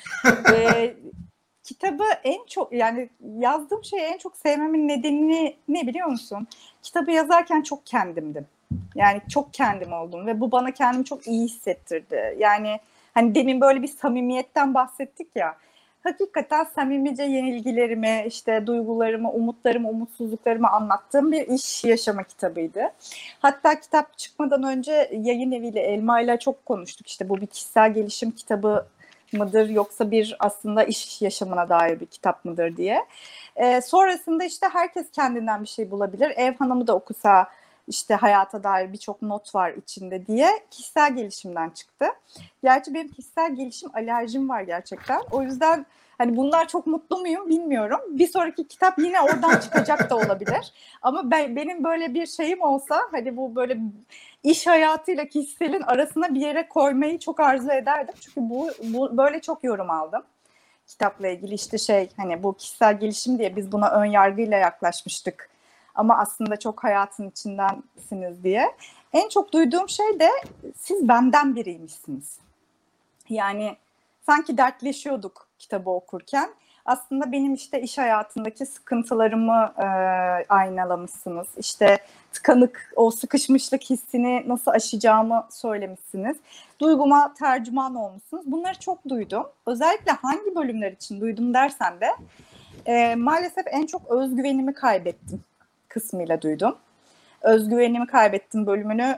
Kitabı en çok, yani yazdığım şeyi en çok sevmemin nedeni ne biliyor musun? Kitabı yazarken çok kendimdim. Yani çok kendim oldum ve bu bana kendimi çok iyi hissettirdi. Yani hani demin böyle bir samimiyetten bahsettik ya. Hakikaten samimice yenilgilerimi, işte duygularımı, umutlarımı, umutsuzluklarımı anlattığım bir iş yaşama kitabıydı. Hatta kitap çıkmadan önce yayın eviyle, Elma'yla çok konuştuk. İşte bu bir kişisel gelişim kitabı mıdır yoksa bir aslında iş yaşamına dair bir kitap mıdır diye. Sonrasında işte herkes kendinden bir şey bulabilir. Ev hanımı da okusa işte hayata dair birçok not var içinde diye kişisel gelişimden çıktı. Gerçi benim kişisel gelişim alerjim var gerçekten. O yüzden hani bunlar çok mutlu muyum bilmiyorum. Bir sonraki kitap yine oradan çıkacak da olabilir. Ama benim böyle bir şeyim olsa, hani bu böyle iş hayatıyla kişiselin arasına bir yere koymayı çok arzu ederdim. Çünkü bu böyle çok yorum aldım. Kitapla ilgili işte hani bu kişisel gelişim diye biz buna ön yargıyla yaklaşmıştık. ama aslında çok hayatın içindensiniz diye. En çok duyduğum şey de siz benden biriymişsiniz. Yani sanki dertleşiyorduk kitabı okurken. Aslında benim işte iş hayatındaki sıkıntılarımı aynalamışsınız. İşte tıkanık, o sıkışmışlık hissini nasıl aşacağımı söylemişsiniz. Duyguma tercüman olmuşsunuz. Bunları çok duydum. Özellikle hangi bölümler için duydum dersen de maalesef en çok özgüvenimi kaybettim kısmıyla duydum. Özgüvenimi kaybettim bölümünü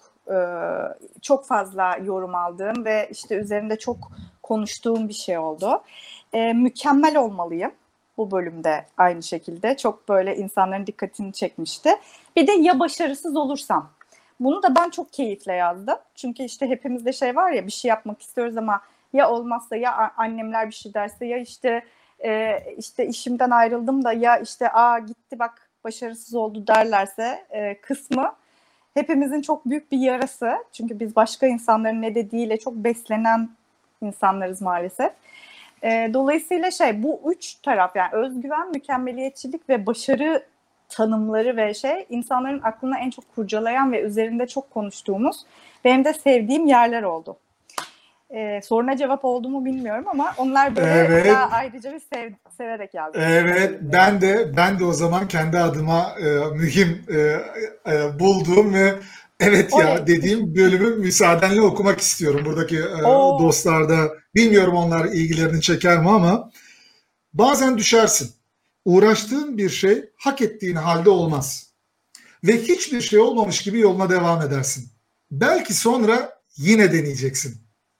çok fazla yorum aldığım ve işte üzerinde çok konuştuğum bir şey oldu. Mükemmel olmalıyım bu bölümde aynı şekilde. Çok böyle insanların dikkatini çekmişti. Bir de ya başarısız olursam. Bunu da ben çok keyifle yazdım. Çünkü işte hepimizde şey var ya, bir şey yapmak istiyoruz ama ya olmazsa, ya annemler bir şey derse, ya işte işimden ayrıldım da ya işte gitti bak başarısız oldu derlerse kısmı hepimizin çok büyük bir yarası. Çünkü biz başka insanların ne dediğiyle çok beslenen insanlarız maalesef. Dolayısıyla bu üç taraf, yani özgüven, mükemmeliyetçilik ve başarı tanımları ve insanların aklına en çok kurcalayan ve üzerinde çok konuştuğumuz, benim de sevdiğim yerler oldu. Soruna cevap oldu mu bilmiyorum ama onlar böyle daha ayrıca bir severek yazdım. Evet, ben de o zaman kendi adıma mühim bulduğum ve evet ya dediğim bölümü müsaadenle okumak istiyorum. Buradaki dostlar da bilmiyorum, onlar ilgilerini çeker mi ama bazen düşersin. Uğraştığın bir şey hak ettiğin halde olmaz. Ve hiçbir şey olmamış gibi yoluna devam edersin. Belki sonra yine deneyeceksin.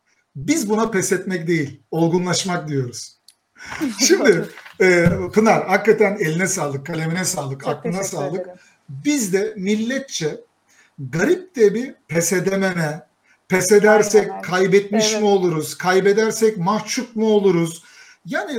Biz buna pes etmek değil, olgunlaşmak diyoruz. Şimdi Pınar, hakikaten eline sağlık, kalemine sağlık, çok aklına sağlık. Ederim. Biz de milletçe garip de bir pes edememe, pes edersek kaybetmiş mi oluruz, kaybedersek mahcup mu oluruz? Yani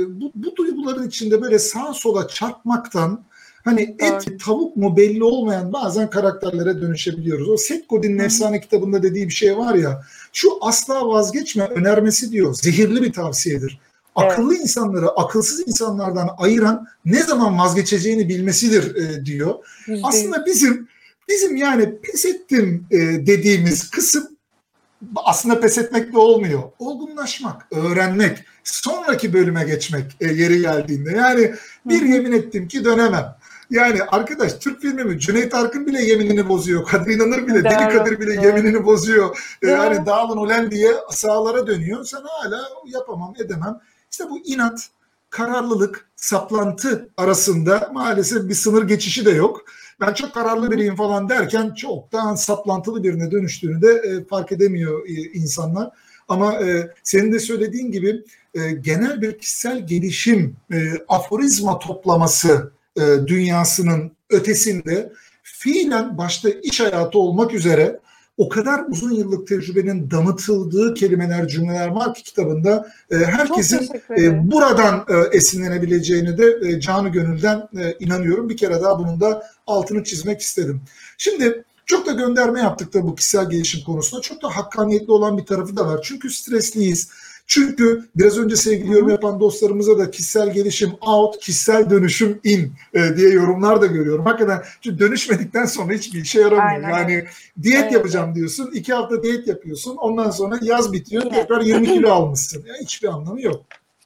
bu duyguların içinde böyle sağa sola çarpmaktan hani et mi tavuk mu belli olmayan bazen karakterlere dönüşebiliyoruz. O Seth Godin'in efsane kitabında dediği bir şey var ya, şu asla vazgeçme önermesi diyor, zehirli bir tavsiyedir. Akıllı insanları akılsız insanlardan ayıran ne zaman vazgeçeceğini bilmesidir diyor. Aslında bizim yani pes ettim dediğimiz kısım aslında pes etmekle olmuyor. Olgunlaşmak, öğrenmek, sonraki bölüme geçmek yeri geldiğinde. Yani bir yemin ettim ki dönemem. Yani arkadaş, Türk filmi mi? Cüneyt Arkın bile yeminini bozuyor. Kadir İnanır bile, Deli Kadir bile yeminini bozuyor. Yani dağılın ulen diye sahalara dönüyor. Sen hala yapamam, edemem. İşte bu inat, kararlılık, saplantı arasında maalesef bir sınır geçişi de yok. Ben çok kararlı biriyim falan derken çoktan saplantılı birine dönüştüğünü de fark edemiyor insanlar. Ama senin de söylediğin gibi genel bir kişisel gelişim aforizma toplaması dünyasının ötesinde fiilen başta iş hayatı olmak üzere o kadar uzun yıllık tecrübenin damıtıldığı kelimeler, cümleler var ki kitabında herkesin buradan esinlenebileceğini de canı gönülden inanıyorum. Bir kere daha bunun da altını çizmek istedim. Şimdi çok da gönderme yaptık da bu kişisel gelişim konusunda. Çok da hakkaniyetli olan bir tarafı da var. Çünkü stresliyiz. Çünkü biraz önce sevgili yorum yapan dostlarımıza da kişisel gelişim out, kişisel dönüşüm in diye yorumlar da görüyorum. Hakikaten çünkü dönüşmedikten sonra hiçbir işe yaramıyor. Aynen. Yani diyet yapacağım diyorsun, 2 hafta diyet yapıyorsun, ondan sonra yaz bitiyor, tekrar 20 kilo almışsın. Yani hiçbir anlamı yok.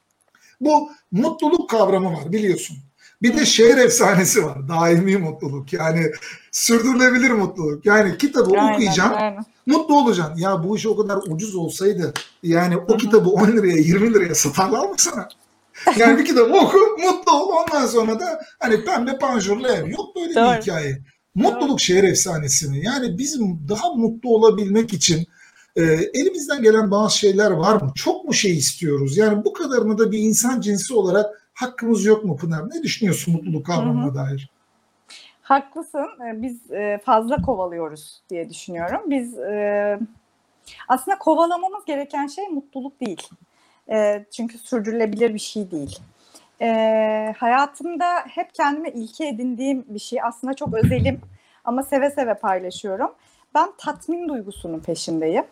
Bu mutluluk kavramı var biliyorsun. Bir de şehir efsanesi var. Daimi mutluluk. Yani sürdürülebilir mutluluk. Yani kitabı okuyacaksın, mutlu olacaksın. Ya bu iş o kadar ucuz olsaydı yani o kitabı 10 liraya 20 liraya satarlar mı sana? Yani bir kitabı oku, mutlu ol. Ondan sonra da hani pembe panjurlu ev. Yok böyle bir hikaye. Mutluluk şehir efsanesi mi? Yani bizim daha mutlu olabilmek için elimizden gelen bazı şeyler var mı? Çok mu şey istiyoruz? Yani bu kadarını da bir insan cinsi olarak hakkımız yok mu Pınar? Ne düşünüyorsun mutluluk kavramına dair? Haklısın. Biz fazla kovalıyoruz diye düşünüyorum. Biz aslında kovalamamız gereken şey mutluluk değil. Çünkü sürdürülebilir bir şey değil. Hayatımda hep kendime ilke edindiğim bir şey. Aslında çok özelim ama seve seve paylaşıyorum. Ben tatmin duygusunun peşindeyim.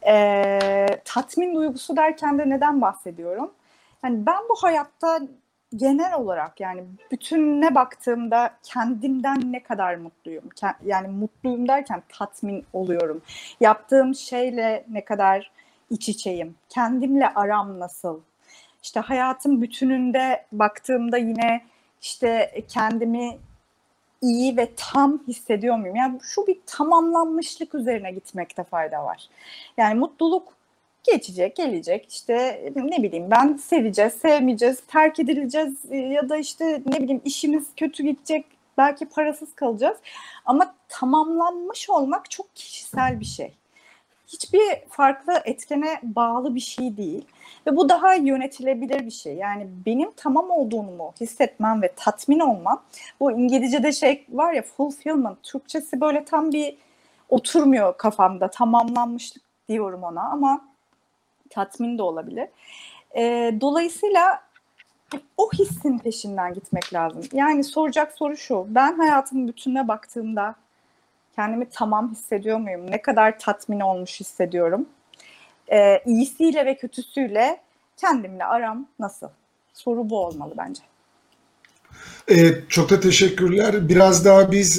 Tatmin duygusu derken de neden bahsediyorum? Yani ben bu hayatta genel olarak yani bütününe baktığımda kendimden ne kadar mutluyum? Yani mutluyum derken tatmin oluyorum. Yaptığım şeyle ne kadar iç içeyim? Kendimle aram nasıl? İşte hayatın bütününde baktığımda yine işte kendimi iyi ve tam hissediyor muyum? Yani şu bir tamamlanmışlık üzerine gitmekte fayda var. Yani mutluluk geçecek, gelecek. İşte ne bileyim ben seveceğiz, sevmeyeceğiz, terk edileceğiz ya da işte ne bileyim işimiz kötü gidecek, belki parasız kalacağız. Ama tamamlanmış olmak çok kişisel bir şey. Hiçbir farklı etkene bağlı bir şey değil. Ve bu daha yönetilebilir bir şey. Yani benim tamam olduğumu hissetmem ve tatmin olmam. Bu İngilizce'de şey var ya, fulfillment. Türkçesi böyle tam bir oturmuyor kafamda. Tamamlanmışlık diyorum ona ama tatmin de olabilir. Dolayısıyla o hissin peşinden gitmek lazım. Yani soracak soru şu: ben hayatımın bütününe baktığımda kendimi tamam hissediyor muyum? Ne kadar tatmin olmuş hissediyorum? İyisiyle ve kötüsüyle kendimle aram nasıl? Soru bu olmalı bence. Çok da teşekkürler. Biraz daha biz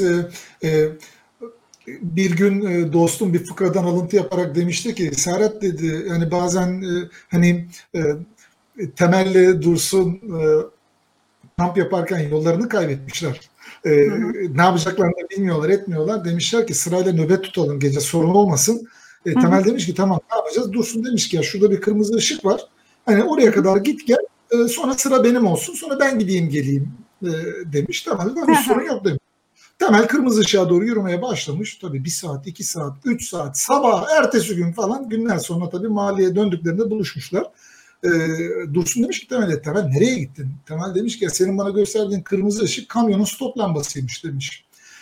bir gün dostum bir fıkradan alıntı yaparak demişti ki, Serhat dedi, yani bazen hani Temel'le Dursun kamp yaparken yollarını kaybetmişler. Ne yapacaklarını bilmiyorlar, etmiyorlar. Demişler ki sırayla nöbet tutalım gece, sorun olmasın. Temel demiş ki tamam, ne yapacağız? Dursun demiş ki ya şurada bir kırmızı ışık var. Hani oraya kadar git gel, sonra sıra benim olsun, sonra ben gideyim geleyim demiş. Tamam, hiç sorun yok demiş. Temel kırmızı ışığa doğru yürümeye başlamış. Tabii 1 saat, 2 saat, 3 saat, sabah, ertesi gün falan, günler sonra tabii mahalleye döndüklerinde buluşmuşlar. Dursun demiş ki Temel nereye gittin? Temel demiş ki ya senin bana gösterdiğin kırmızı ışık kamyonun stop lambasıymış demiş.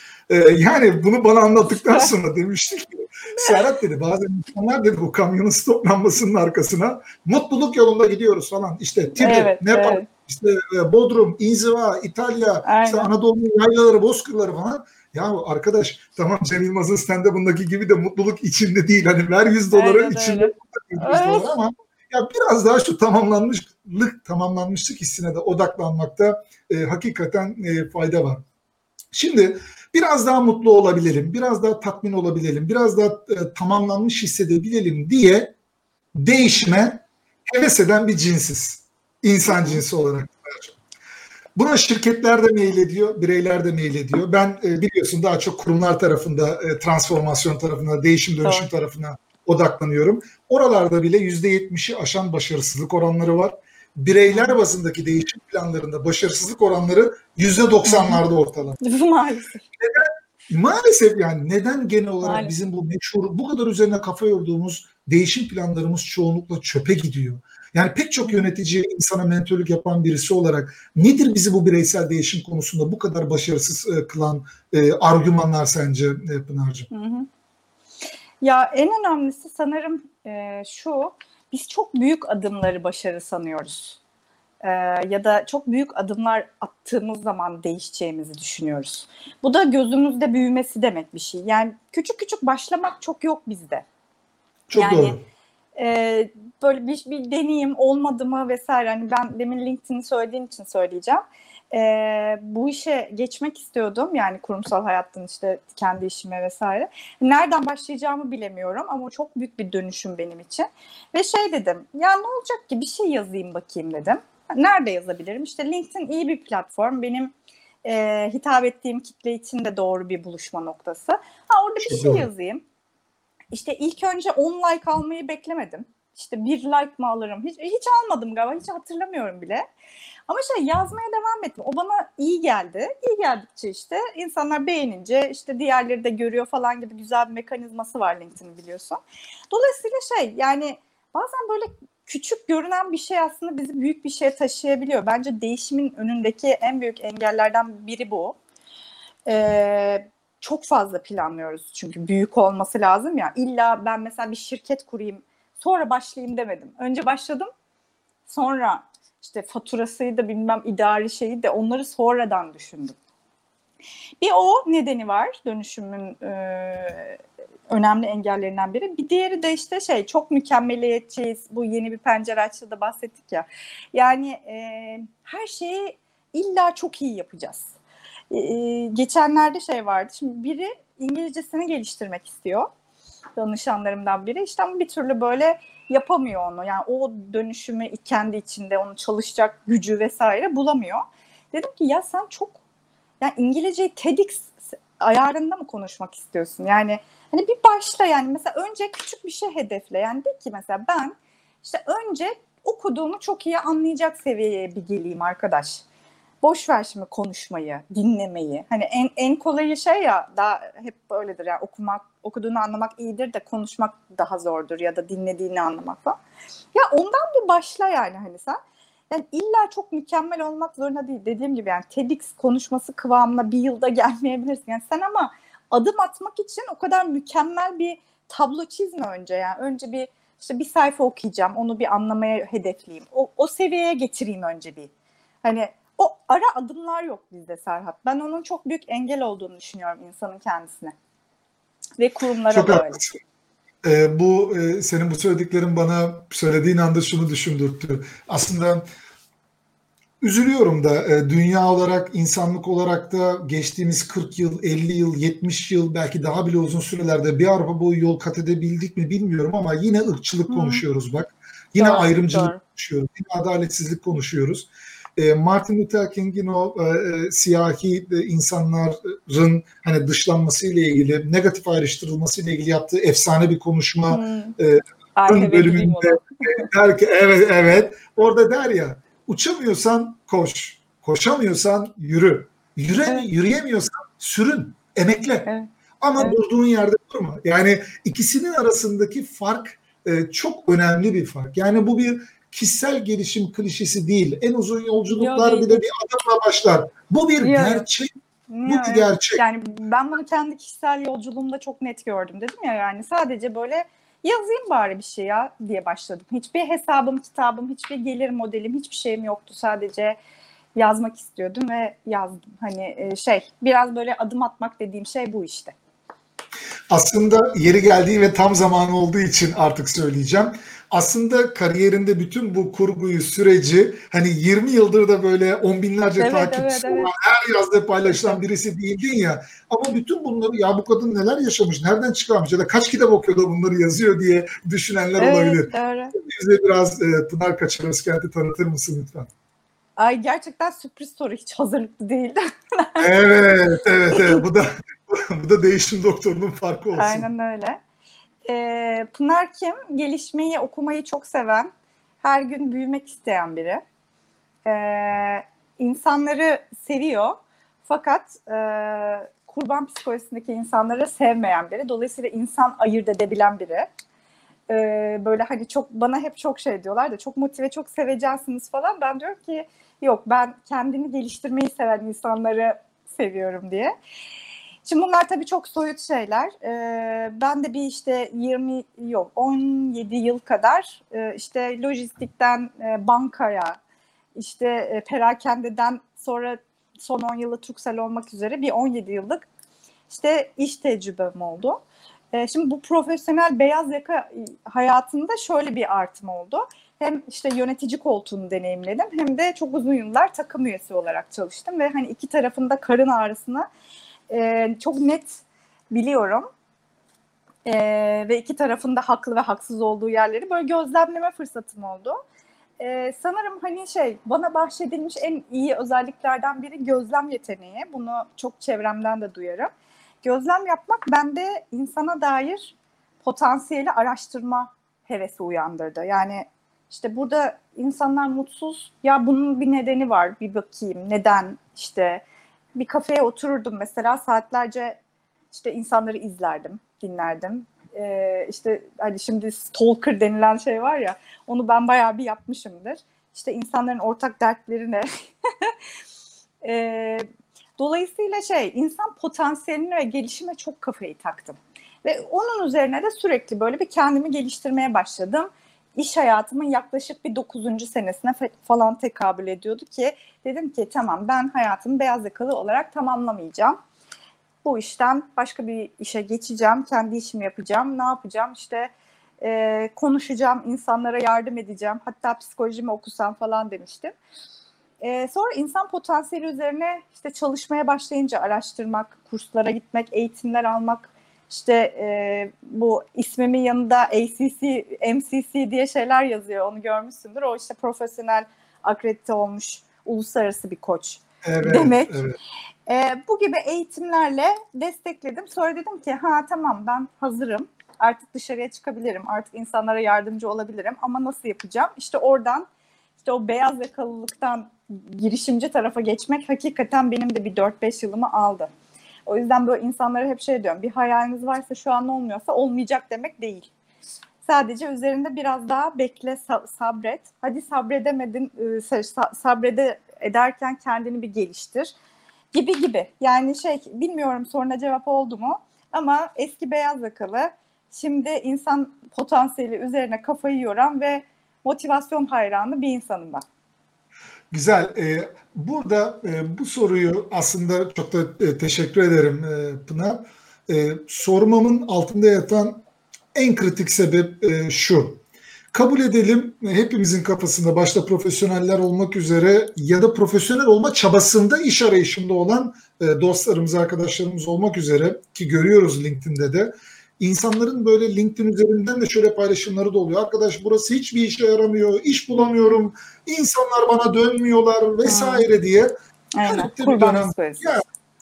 Yani bunu bana anlattıktan sonra demiştik ki Serhat dedi, bazen insanlar dedi bu kamyonun stop lambasının arkasına mutluluk yolunda gidiyoruz falan. İşte Tibet, Nepal, işte Bodrum, İnziva, İtalya, işte Anadolu'nun yaylaları, bozkırları falan. Ya arkadaş tamam, Cem Yılmaz'ın stand-up'ındaki gibi de mutluluk içinde değil. Hani ver 100 doları içinde 100 dolar ama ya biraz daha şu tamamlanmışlık hissine de odaklanmakta hakikaten fayda var. Şimdi biraz daha mutlu olabilelim, biraz daha tatmin olabilelim, biraz daha tamamlanmış hissedebilelim diye değişime heves eden bir cinsiz. İnsan cinsi olarak. Buna şirketler de meylediyor, bireyler de meylediyor. Ben biliyorsun daha çok kurumlar tarafında, transformasyon tarafına, değişim dönüşüm tarafına odaklanıyorum. Oralarda bile %70'i aşan başarısızlık oranları var. Bireyler bazındaki değişim planlarında başarısızlık oranları %90'larda ortalama. Maalesef. Maalesef yani neden genel olarak bizim bu meşhur, bu kadar üzerine kafa yorduğumuz değişim planlarımız çoğunlukla çöpe gidiyor? Yani pek çok yönetici, insana mentörlük yapan birisi olarak nedir bizi bu bireysel değişim konusunda bu kadar başarısız kılan argümanlar sence Pınar'cığım? Ya en önemlisi sanırım şu: biz çok büyük adımları başarı sanıyoruz. Ya da çok büyük adımlar attığımız zaman değişeceğimizi düşünüyoruz. Bu da gözümüzde büyümesi demek bir şey. Yani küçük küçük başlamak çok yok bizde. Çok yani, doğru. Böyle bir deneyim olmadı mı vesaire. Hani ben demin LinkedIn'i söylediğin için söyleyeceğim. Bu işe geçmek istiyordum. Yani kurumsal hayattan işte kendi işime vesaire. Nereden başlayacağımı bilemiyorum ama çok büyük bir dönüşüm benim için. Ve şey dedim, ya ne olacak ki bir şey yazayım bakayım dedim. Nerede yazabilirim? İşte LinkedIn iyi bir platform. Benim hitap ettiğim kitle için de doğru bir buluşma noktası. Orada bir şey yazayım. İşte ilk önce 10 like almayı beklemedim. İşte 1 like mı alırım? Hiç almadım galiba. Hiç hatırlamıyorum bile. Ama yazmaya devam ettim. O bana iyi geldi. İyi geldikçe işte insanlar beğenince işte diğerleri de görüyor falan gibi güzel bir mekanizması var LinkedIn'in, biliyorsun. Dolayısıyla yani bazen böyle küçük görünen bir şey aslında bizi büyük bir şeye taşıyabiliyor. Bence değişimin önündeki en büyük engellerden biri bu. Çok fazla planlıyoruz çünkü büyük olması lazım ya. İlla ben mesela bir şirket kurayım sonra başlayayım demedim. Önce başladım, sonra işte faturasıydı bilmem idari şeyi de, onları sonradan düşündüm. Bir o nedeni var dönüşümün önemli engellerinden biri. Bir diğeri de işte çok mükemmeliyetçiyiz. Bu yeni bir pencere açtı da bahsettik ya. Yani her şeyi illa çok iyi yapacağız. Geçenlerde vardı. Şimdi biri İngilizcesini geliştirmek istiyor. Danışanlarımdan biri. İşte ama bir türlü böyle yapamıyor onu. Yani o dönüşümü kendi içinde, onu çalışacak gücü vesaire bulamıyor. Dedim ki ya sen çok yani İngilizceyi TEDx ayarında mı konuşmak istiyorsun? Yani hani bir başla, yani mesela önce küçük bir şey hedefle. Yani de ki mesela ben işte önce okuduğumu çok iyi anlayacak seviyeye bir geleyim arkadaş. Boş ver şimdi konuşmayı, dinlemeyi. Hani en kolayı ya, daha hep böyledir yani, okuduğunu anlamak iyidir de konuşmak daha zordur ya da dinlediğini anlamak falan. Ya ondan bir başla yani hani sen. Yani illa çok mükemmel olmak zorunda değil. Dediğim gibi yani TEDx konuşması kıvamına bir yılda gelmeyebilirsin. Yani sen ama adım atmak için o kadar mükemmel bir tablo çizme önce yani. Önce bir sayfa okuyacağım, onu bir anlamaya hedefleyeyim. O seviyeye getireyim önce bir. Hani o ara adımlar yok bizde Serhat. Ben onun çok büyük engel olduğunu düşünüyorum insanın kendisine. Ve kurumlara Çok da öyle. haklısın. Senin bu söylediklerin bana söylediğin anda şunu düşündürttü. Aslında üzülüyorum da dünya olarak, insanlık olarak da geçtiğimiz 40 yıl, 50 yıl, 70 yıl, belki daha bile uzun sürelerde bir araba boyu yol kat edebildik mi bilmiyorum ama yine ırkçılık konuşuyoruz bak. Yine Doğru, ayrımcılık doğru. konuşuyoruz. Yine adaletsizlik konuşuyoruz. Martin Luther King'in o siyahi insanların hani dışlanması ile ilgili, negatif ayrıştırılması ile ilgili yaptığı efsane bir konuşma Arhevedileyim bölümünde onu. der ki evet evet, orada der ya, uçamıyorsan koş, koşamıyorsan yürü, Evet, yürüyemiyorsan sürün, emekle. evet, Ama evet. durduğun yerde durma. Yani ikisinin arasındaki fark çok önemli bir fark. Yani bu bir kişisel gelişim klişesi değil. En uzun Yo, yolculuklar değil, bile değil. bir adımla başlar. Bu bir Yo, yo. gerçek. Yo, Bu bir evet. gerçek. Yani ben bunu kendi kişisel yolculuğumda çok net gördüm, dedim ya, yani sadece böyle yazayım bari bir şey ya diye başladım. Hiçbir hesabım, kitabım, hiçbir gelir modelim, hiçbir şeyim yoktu. Sadece yazmak istiyordum ve yazdım. Hani biraz böyle adım atmak dediğim şey bu işte. Aslında yeri geldiği ve tam zamanı olduğu için artık söyleyeceğim. Aslında kariyerinde bütün bu kurguyu, süreci hani 20 yıldır da böyle on binlerce Evet, evet, takipçisi olan, evet. her yazda paylaşılan Tabii. birisi değildin ya. Ama bütün bunları, ya bu kadın neler yaşamış, nereden çıkarmış ya da kaç kitap okuyor da bunları yazıyor diye düşünenler Evet, olabilir. doğru. Bize biraz Pınar Kaçar Özkent'i tanıtır mısın lütfen? Ay, gerçekten sürpriz soru, hiç hazırlıklı değildi. Evet, evet, evet. Bu da değişim doktorunun farkı olsun. Aynen öyle. Pınar kim? Gelişmeyi, okumayı çok seven, her gün büyümek isteyen biri. İnsanları seviyor fakat kurban psikolojisindeki insanları sevmeyen biri. Dolayısıyla insan ayırt edebilen biri. Böyle hani bana hep çok diyorlar da, çok motive, çok seveceksiniz falan. Ben diyorum ki yok, ben kendini geliştirmeyi seven insanları seviyorum diye. Şimdi bunlar tabii çok soyut şeyler. Ben de bir 17 yıl kadar işte lojistikten bankaya, perakendeden sonra son 10 yılı Turkcell olmak üzere bir 17 yıllık iş tecrübem oldu. Şimdi bu profesyonel beyaz yaka hayatımda şöyle bir artım oldu. Hem yönetici koltuğunu deneyimledim, hem de çok uzun yıllar takım üyesi olarak çalıştım ve hani iki tarafında karın ağrısını çok net biliyorum. Ve iki tarafında haklı ve haksız olduğu yerleri böyle gözlemleme fırsatım oldu. Sanırım hani bana bahşedilmiş en iyi özelliklerden biri gözlem yeteneği. Bunu çok çevremden de duyarım. Gözlem yapmak bende insana dair potansiyeli araştırma hevesi uyandırdı. Yani burada insanlar mutsuz. Ya bunun bir nedeni var. Bir bakayım neden, bir kafeye otururdum mesela, saatlerce insanları izlerdim, dinlerdim. Hani şimdi stalker denilen şey var ya, onu ben bayağı bir yapmışımdır. İnsanların ortak dertlerine dolayısıyla insan potansiyeline ve gelişime çok kafayı taktım. Ve onun üzerine de sürekli böyle bir kendimi geliştirmeye başladım. İş hayatımın yaklaşık bir 9. senesine falan tekabül ediyordu ki dedim ki tamam, ben hayatımı beyaz yakalı olarak tamamlamayacağım. bu işten başka bir işe geçeceğim, kendi işimi yapacağım, ne yapacağım, işte konuşacağım, insanlara yardım edeceğim, hatta psikolojimi okusam falan demiştim. Sonra insan potansiyeli üzerine işte çalışmaya başlayınca araştırmak, kurslara gitmek, eğitimler almak, işte bu ismimin yanında ACC, MCC diye şeyler yazıyor, onu görmüşsündür. O işte profesyonel akredite olmuş uluslararası bir koç demek. Evet. Bu gibi eğitimlerle destekledim. Sonra dedim ki tamam, ben hazırım. Artık dışarıya çıkabilirim. Artık insanlara yardımcı olabilirim. Ama nasıl yapacağım? İşte oradan, işte o beyaz yakalılıktan girişimci tarafa geçmek hakikaten benim de bir 4-5 yılımı aldı. O yüzden böyle insanlara hep şey diyorum. Bir hayaliniz varsa şu an olmuyorsa olmayacak demek değil. Sadece üzerinde biraz daha bekle, sabret. Hadi sabredemedin, sabrede ederken kendini bir geliştir. Gibi. Yani bilmiyorum soruna cevap oldu mu? Ama eski beyaz yakalı, şimdi insan potansiyeli üzerine kafayı yoran ve motivasyon hayranı bir insanım ben. Güzel. Burada bu soruyu aslında çok da teşekkür ederim Pınar. Sormamın altında yatan en kritik sebep şu. Kabul edelim, hepimizin kafasında başta profesyoneller olmak üzere ya da profesyonel olma çabasında iş arayışında olan dostlarımız, arkadaşlarımız olmak üzere, ki görüyoruz LinkedIn'de de, insanların böyle LinkedIn üzerinden de şöyle paylaşımları da oluyor. Arkadaş, burası hiçbir işe yaramıyor, iş bulamıyorum, insanlar bana dönmüyorlar vesaire diye. Aynen. Kurban psikolojisi.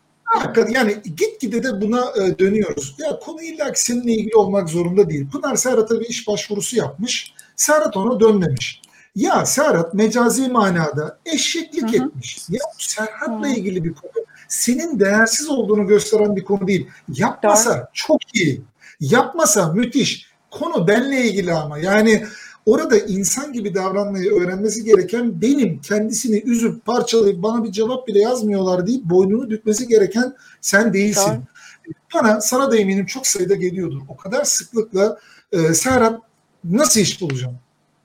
Yani gitgide de buna dönüyoruz. Ya konu illa ki seninle ilgili olmak zorunda değil. Pınar Serhat'a bir iş başvurusu yapmış. Serhat ona dönmemiş. Ya Serhat mecazi manada eşeklik etmiş. Ya Serhat'la ilgili bir konu. Senin değersiz olduğunu gösteren bir konu değil. Yapmasa çok iyi. Yapmasa müthiş. Konu benle ilgili ama. Yani orada insan gibi davranmayı öğrenmesi gereken, benim kendisini üzüp parçalayıp bana bir cevap bile yazmıyorlar deyip boynunu bükmesi gereken sen değilsin. Sana da eminim çok sayıda geliyordur. O kadar sıklıkla Serhat nasıl iş bulacağım?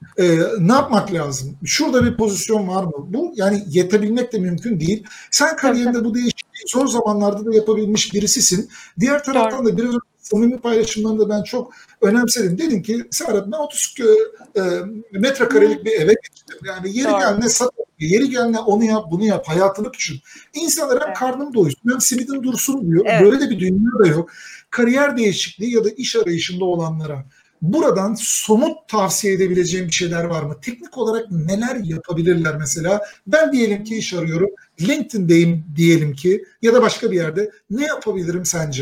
Ne yapmak lazım? Şurada bir pozisyon var mı? Bu yani yetebilmek de mümkün değil. Sen kariyerinde bu değişikliği zor zamanlarda da yapabilmiş birisisin. Diğer taraftan da biraz samimi paylaşımlarında ben çok önemsedim. Dedim ki Serhat, ben 30 metrekarelik bir eve geçtim. Yani yeri gelene sat, yeri gelene onu yap, bunu yap, hayatını küçült. İnsanlar hem karnım doysun hem simidin dursun diyor. Böyle de bir dünya da yok. Kariyer değişikliği ya da iş arayışında olanlara buradan somut tavsiye edebileceğim bir şeyler var mı? Teknik olarak neler yapabilirler mesela? Ben diyelim ki iş arıyorum, LinkedIn'deyim diyelim ki ya da başka bir yerde. Ne yapabilirim sence?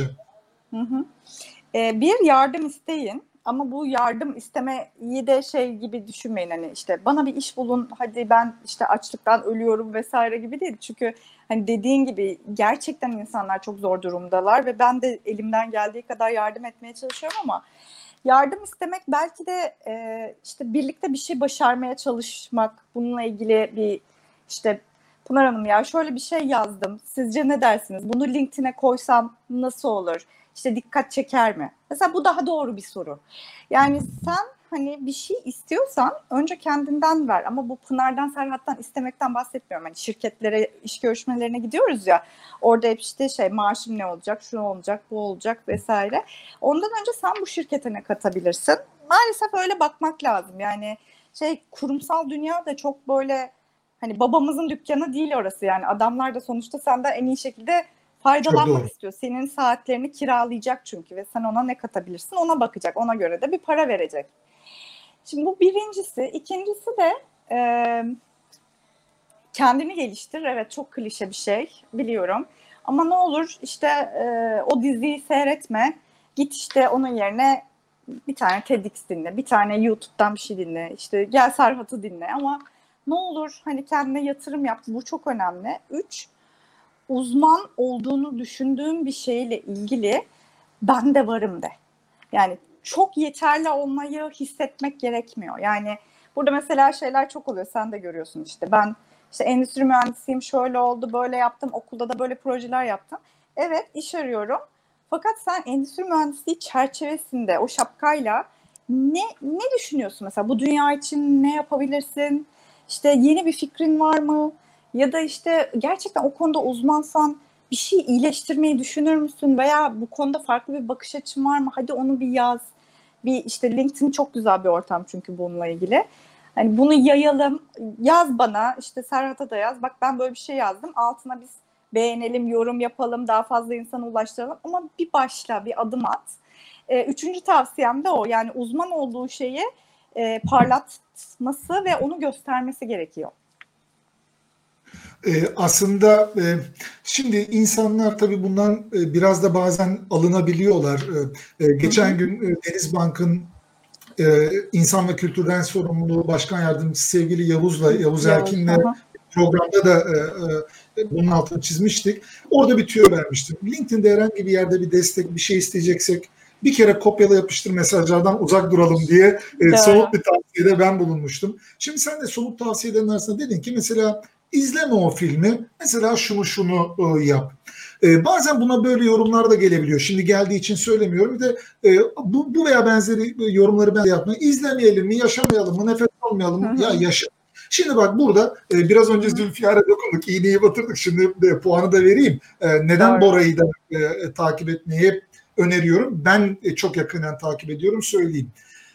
Bir, yardım isteyin. Ama bu yardım istemeyi de gibi düşünmeyin, hani işte bana bir iş bulun, hadi ben işte açlıktan ölüyorum vesaire gibi değil. Çünkü hani dediğin gibi gerçekten insanlar çok zor durumdalar ve ben de elimden geldiği kadar yardım etmeye çalışıyorum ama yardım istemek belki de işte birlikte bir şey başarmaya çalışmak, bununla ilgili bir işte Pınar Hanım ya şöyle bir şey yazdım, sizce ne dersiniz? Bunu LinkedIn'e koysam nasıl olur? İşte dikkat çeker mi? Mesela bu daha doğru bir soru. Yani sen hani bir şey istiyorsan önce kendinden ver. Ama bu Pınar'dan, Serhat'tan istemekten bahsetmiyorum. Hani şirketlere, iş görüşmelerine gidiyoruz ya. Orada hep işte maaşım ne olacak, şu olacak, bu olacak vesaire. Ondan önce sen bu şirkete ne katabilirsin? Maalesef öyle bakmak lazım. Yani kurumsal dünya da çok böyle hani babamızın dükkanı değil orası. Yani adamlar da sonuçta senden en iyi şekilde faydalanmak istiyor. Senin saatlerini kiralayacak çünkü ve sen ona ne katabilirsin ona bakacak. Ona göre de bir para verecek. Şimdi bu birincisi. İkincisi de kendini geliştir. Evet, çok klişe bir şey biliyorum. Ama ne olur işte o diziyi seyretme. Git işte onun yerine bir tane TEDx dinle. Bir tane YouTube'dan bir şey dinle. İşte gel Serhat'ı dinle ama ne olur hani kendine yatırım yap. Bu çok önemli. 3, uzman olduğunu düşündüğün bir şeyle ilgili ben de varım de. Yani çok yeterli olmayı hissetmek gerekmiyor. Yani burada mesela şeyler çok oluyor. Sen de görüyorsun işte. Ben işte endüstri mühendisiyim, şöyle oldu, böyle yaptım, okulda da böyle projeler yaptım. Evet, iş arıyorum. Fakat sen endüstri mühendisliği çerçevesinde o şapkayla ne düşünüyorsun mesela? Bu dünya için ne yapabilirsin? İşte yeni bir fikrin var mı? Ya da işte gerçekten o konuda uzmansan bir şey iyileştirmeyi düşünür müsün veya bu konuda farklı bir bakış açın var mı? Hadi onu bir yaz. Bir işte LinkedIn çok güzel bir ortam çünkü bununla ilgili. Hani bunu yayalım. Yaz bana, işte Serhat'a da yaz. Bak ben böyle bir şey yazdım. Altına biz beğenelim, yorum yapalım, daha fazla insana ulaştıralım. Ama bir başla, bir adım at. Üçüncü tavsiyem de o. Yani uzman olduğu şeyi parlatması ve onu göstermesi gerekiyor. Aslında şimdi insanlar tabii bundan biraz da bazen alınabiliyorlar. Geçen gün Denizbank'ın İnsan ve Kültürden Sorumlu Başkan Yardımcısı sevgili Yavuz Erkin'le programda da bunun altını çizmiştik. Orada bir tüyo vermiştim. LinkedIn'de herhangi bir yerde bir destek, bir şey isteyeceksek bir kere kopyala yapıştır mesajlardan uzak duralım diye somut bir tavsiyede ben bulunmuştum. Şimdi sen de somut tavsiyelerin arasında dedin ki mesela izleme o filmi, mesela şunu yap. Bazen buna böyle yorumlar da gelebiliyor. Şimdi geldiği için söylemiyorum. Bir de bu veya benzeri yorumları ben de yapmayı izlemeyelim mi, yaşamayalım mı, nefes almayalım mı? Ya yaşa. Şimdi bak burada biraz önce Zülfiyar'a dokunduk, iğneyi batırdık. Şimdi de puanı da vereyim. Neden Bora'yı da takip etmeyi öneriyorum? Ben çok yakından takip ediyorum, söyleyeyim.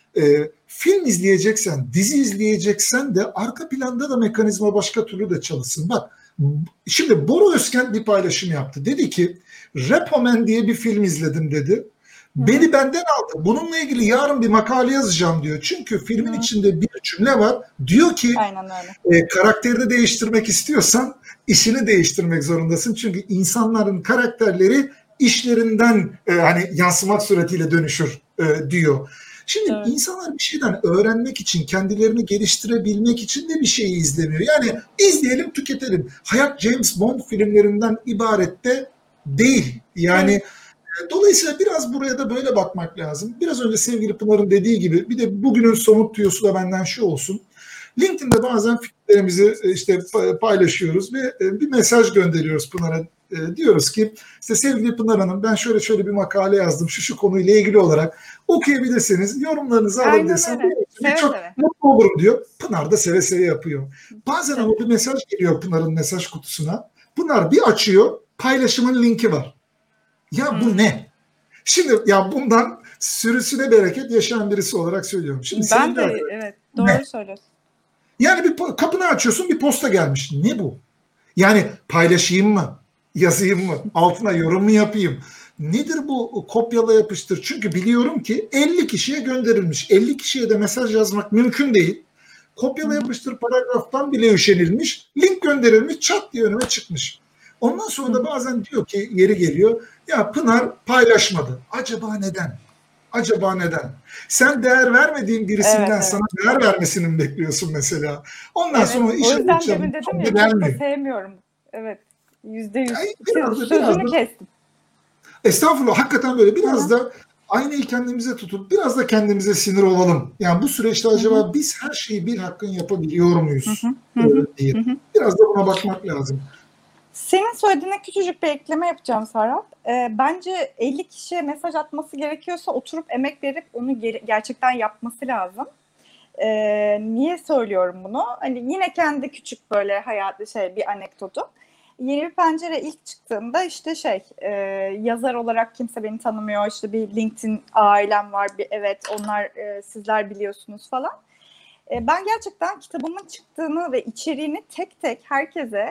Film izleyeceksen, dizi izleyeceksen de arka planda da mekanizma başka türlü de çalışsın. Bak şimdi Bora Özkent bir paylaşım yaptı. Dedi ki Repoman diye bir film izledim dedi. Beni benden aldı. Bununla ilgili yarın bir makale yazacağım diyor. Çünkü filmin içinde bir cümle var. Diyor ki karakteri değiştirmek istiyorsan işini değiştirmek zorundasın. Çünkü insanların karakterleri işlerinden hani yansımak suretiyle dönüşür diyor. Şimdi insanlar bir şeyden öğrenmek için, kendilerini geliştirebilmek için de bir şeyi izlemiyor. Yani izleyelim, tüketelim. Hayat James Bond filmlerinden ibaret de değil. Yani dolayısıyla biraz buraya da böyle bakmak lazım. Biraz önce sevgili Pınar'ın dediği gibi bir de bugünün somut tüyosu da benden şu olsun. LinkedIn'de bazen fikirlerimizi işte paylaşıyoruz ve bir mesaj gönderiyoruz Pınar'a. Diyoruz ki işte sevgili Pınar Hanım ben şöyle bir makale yazdım şu konuyla ilgili olarak okuyabilirsiniz, yorumlarınızı alabilirsiniz. Çok mutlu olurum diyor. Pınar da seve seve yapıyor. Bazen ama bir mesaj geliyor Pınar'ın mesaj kutusuna. Pınar bir açıyor, paylaşımın linki var. Ya bu ne? Şimdi ya bundan sürüsüne bereket yaşayan birisi olarak söylüyorum. Şimdi ben de doğru söylüyorsun. Yani bir kapını açıyorsun, bir posta gelmiş. Ne bu? Yani paylaşayım mı? Yazayım mı? Altına yorum mu yapayım? Nedir bu kopyala yapıştır? Çünkü biliyorum ki 50 kişiye gönderilmiş. 50 kişiye de mesaj yazmak mümkün değil. Kopyala yapıştır paragraftan bile üşenilmiş. Link gönderilmiş, çat diye önüme çıkmış. Ondan sonra da bazen diyor ki yeri geliyor. Ya Pınar paylaşmadı. Acaba neden? Acaba neden? Sen değer vermediğin birisinden sana değer vermesini mi bekliyorsun mesela? Ondan sonra işe geçeceğim. O yüzden dedim ya çok da sevmiyorum. Evet. %100 sözünü kestim. Estağfurullah, hakikaten böyle biraz da aynayı kendimize tutup biraz da kendimize sinir olalım. Yani bu süreçte acaba biz her şeyi bir hakkın yapabiliyor muyuz diye. Biraz da buna bakmak lazım. Senin söylediğine küçücük bir ekleme yapacağım Serhat. Bence 50 kişiye mesaj atması gerekiyorsa oturup emek verip onu gerçekten yapması lazım. Niye söylüyorum bunu? Hani yine kendi küçük böyle hayatı bir anekdotu. Yeni bir pencere ilk çıktığımda işte yazar olarak kimse beni tanımıyor. İşte bir LinkedIn ailem var. Onlar sizler biliyorsunuz falan. Ben gerçekten kitabımın çıktığını ve içeriğini tek tek herkese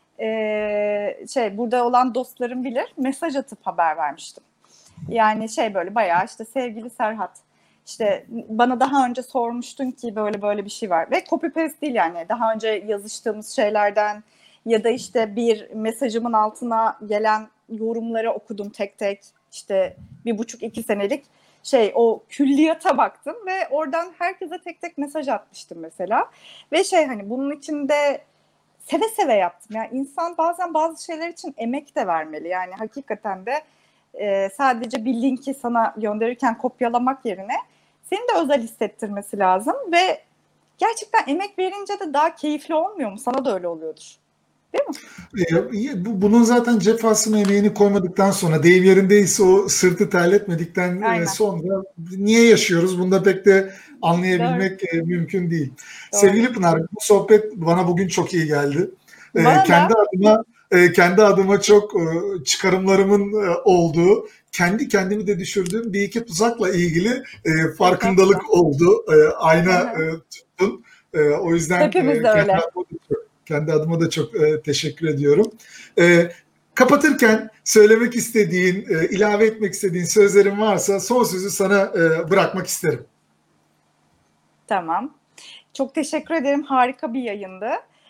burada olan dostlarım bilir mesaj atıp haber vermiştim. Yani böyle bayağı işte sevgili Serhat işte bana daha önce sormuştun ki böyle bir şey var ve copy paste değil yani daha önce yazıştığımız şeylerden ya da işte bir mesajımın altına gelen yorumları okudum tek tek işte 1,5-2 senelik o külliyata baktım ve oradan herkese tek tek mesaj atmıştım mesela ve hani bunun içinde seve seve yaptım. Yani insan bazen bazı şeyler için emek de vermeli. Yani hakikaten de sadece bir linki sana gönderirken kopyalamak yerine senin de özel hissettirmesi lazım ve gerçekten emek verince de daha keyifli olmuyor mu? Sana da öyle oluyordur. Değil mi? Bunun zaten cefasını emeğini koymadıktan sonra deyim yerindeyse o sırtı terletmedikten sonra niye yaşıyoruz? Bunda pek de anlayabilmek mümkün değil. Doğru. Sevgili Pınar bu sohbet bana bugün çok iyi geldi. Kendi adıma kendi adıma çok çıkarımlarımın olduğu, kendi kendimi de düşürdüğüm bir iki tuzakla ilgili farkındalık oldu. Ayna tuttun. O yüzden hepimiz de öyle. Kendi adıma da çok teşekkür ediyorum. Kapatırken söylemek istediğin, ilave etmek istediğin sözlerin varsa son sözü sana bırakmak isterim. Tamam. Çok teşekkür ederim. Harika bir yayındı.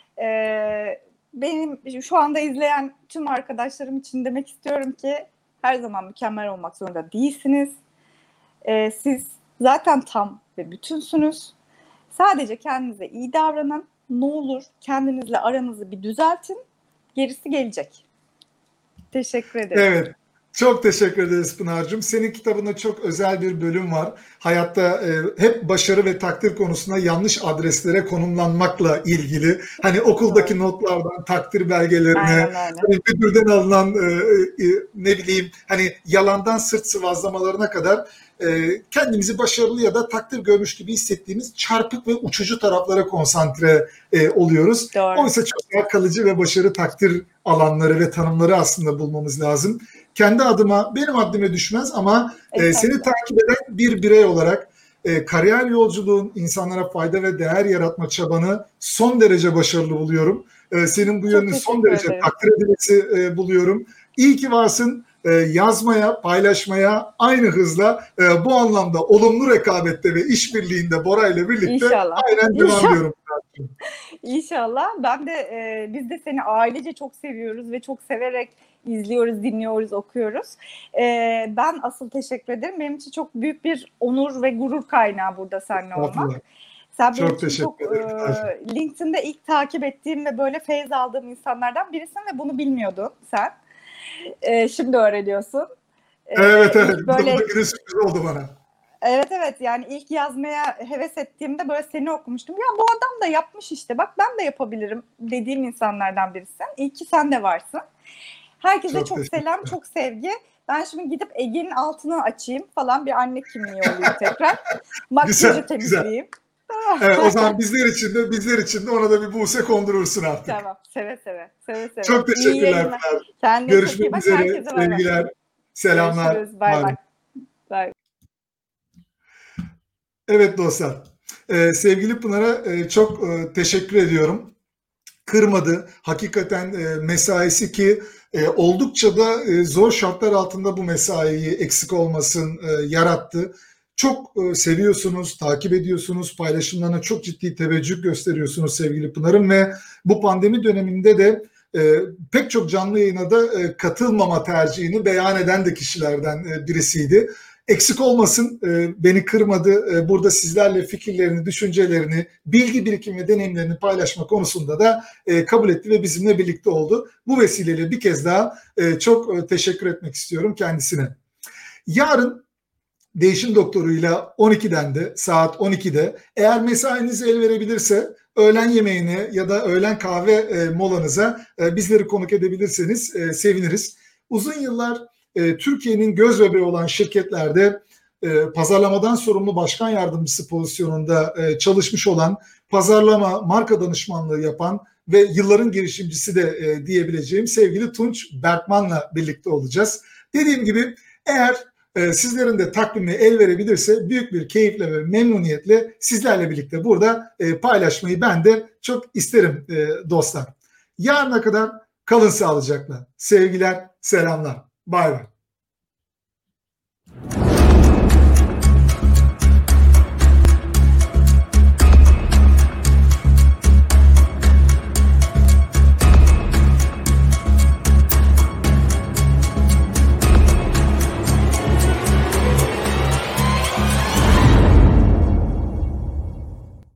Benim şu anda izleyen tüm arkadaşlarım için demek istiyorum ki her zaman mükemmel olmak zorunda değilsiniz. Siz zaten tam ve bütünsünüz. Sadece kendinize iyi davranın. Ne olur kendinizle aranızı bir düzeltin. Gerisi gelecek. Teşekkür ederim. Evet. Çok teşekkür ederiz Pınar'cığım. Senin kitabında çok özel bir bölüm var. Hayatta hep başarı ve takdir konusunda yanlış adreslere konumlanmakla ilgili. Hani okuldaki notlardan takdir belgelerine, hani müdürden alınan ne bileyim hani yalandan sırt sıvazlamalarına kadar kendimizi başarılı ya da takdir görmüş gibi hissettiğimiz çarpık ve uçucu taraflara konsantre oluyoruz. Doğru. Oysa çok daha kalıcı ve başarı takdir alanları ve tanımları aslında bulmamız lazım. Kendi adıma, benim haddime düşmez ama seni takip eden bir birey olarak kariyer yolculuğun, insanlara fayda ve değer yaratma çabanı son derece başarılı buluyorum. Senin bu yönünü son derece takdir edilmesi buluyorum. İyi ki varsın. Yazmaya, paylaşmaya aynı hızla bu anlamda olumlu rekabette ve işbirliğinde Bora ile birlikte İnşallah. aynen devam ediyorum. İnşallah. Ben de biz de seni ailece çok seviyoruz ve çok severek izliyoruz, dinliyoruz, okuyoruz. Ben asıl teşekkür ederim. Benim için çok büyük bir onur ve gurur kaynağı burada seninle olmak. Sen benim için çok LinkedIn'de ilk takip ettiğim ve böyle feyz aldığım insanlardan birisin ve bunu bilmiyordun sen. Şimdi öğreniyorsun. Evet. Böyle bir sürpriz oldu bana. Evet yani ilk yazmaya heves ettiğimde böyle seni okumuştum. Ya bu adam da yapmış işte, bak ben de yapabilirim dediğim insanlardan birisin. İyi ki sen de varsın. Herkese çok selam, çok sevgi. Ben şimdi gidip Ege'nin altını açayım falan, bir anne kimliği olayım tekrar. Makyajı temizleyeyim. Evet, o zaman bizler için de ona da bir Buse kondurursun artık. Tamam, seve seve. Çok teşekkürler. Görüşmek üzere. Sevgiler, selamlar. Görüşürüz. Bye. Evet dostlar. Sevgili Pınar'a çok teşekkür ediyorum. Kırmadı. Hakikaten mesaisi ki oldukça da zor şartlar altında bu mesaiyi eksik olmasın yarattı. Çok seviyorsunuz, takip ediyorsunuz, paylaşımlarına çok ciddi teveccüh gösteriyorsunuz sevgili Pınar'ım ve bu pandemi döneminde de pek çok canlı yayına da katılmama tercihini beyan eden de kişilerden birisiydi. Eksik olmasın, beni kırmadı. Burada sizlerle fikirlerini, düşüncelerini, bilgi birikimi ve deneyimlerini paylaşma konusunda da kabul etti ve bizimle birlikte oldu. Bu vesileyle bir kez daha çok teşekkür etmek istiyorum kendisine. Yarın Değişim Doktoru'yla 12'den de saat 12'de eğer mesainiz el verebilirse öğlen yemeğine ya da öğlen kahve molanıza bizleri konuk edebilirseniz seviniriz. Uzun yıllar Türkiye'nin göz bebeği olan şirketlerde pazarlamadan sorumlu başkan yardımcısı pozisyonunda çalışmış olan, pazarlama, marka danışmanlığı yapan ve yılların girişimcisi de diyebileceğim sevgili Tunç Berkman'la birlikte olacağız. Dediğim gibi eğer sizlerin de takvimi el verebilirse büyük bir keyifle ve memnuniyetle sizlerle birlikte burada paylaşmayı ben de çok isterim dostlar. Yarına kadar kalın sağlıcakla. Sevgiler, selamlar. Bay bay.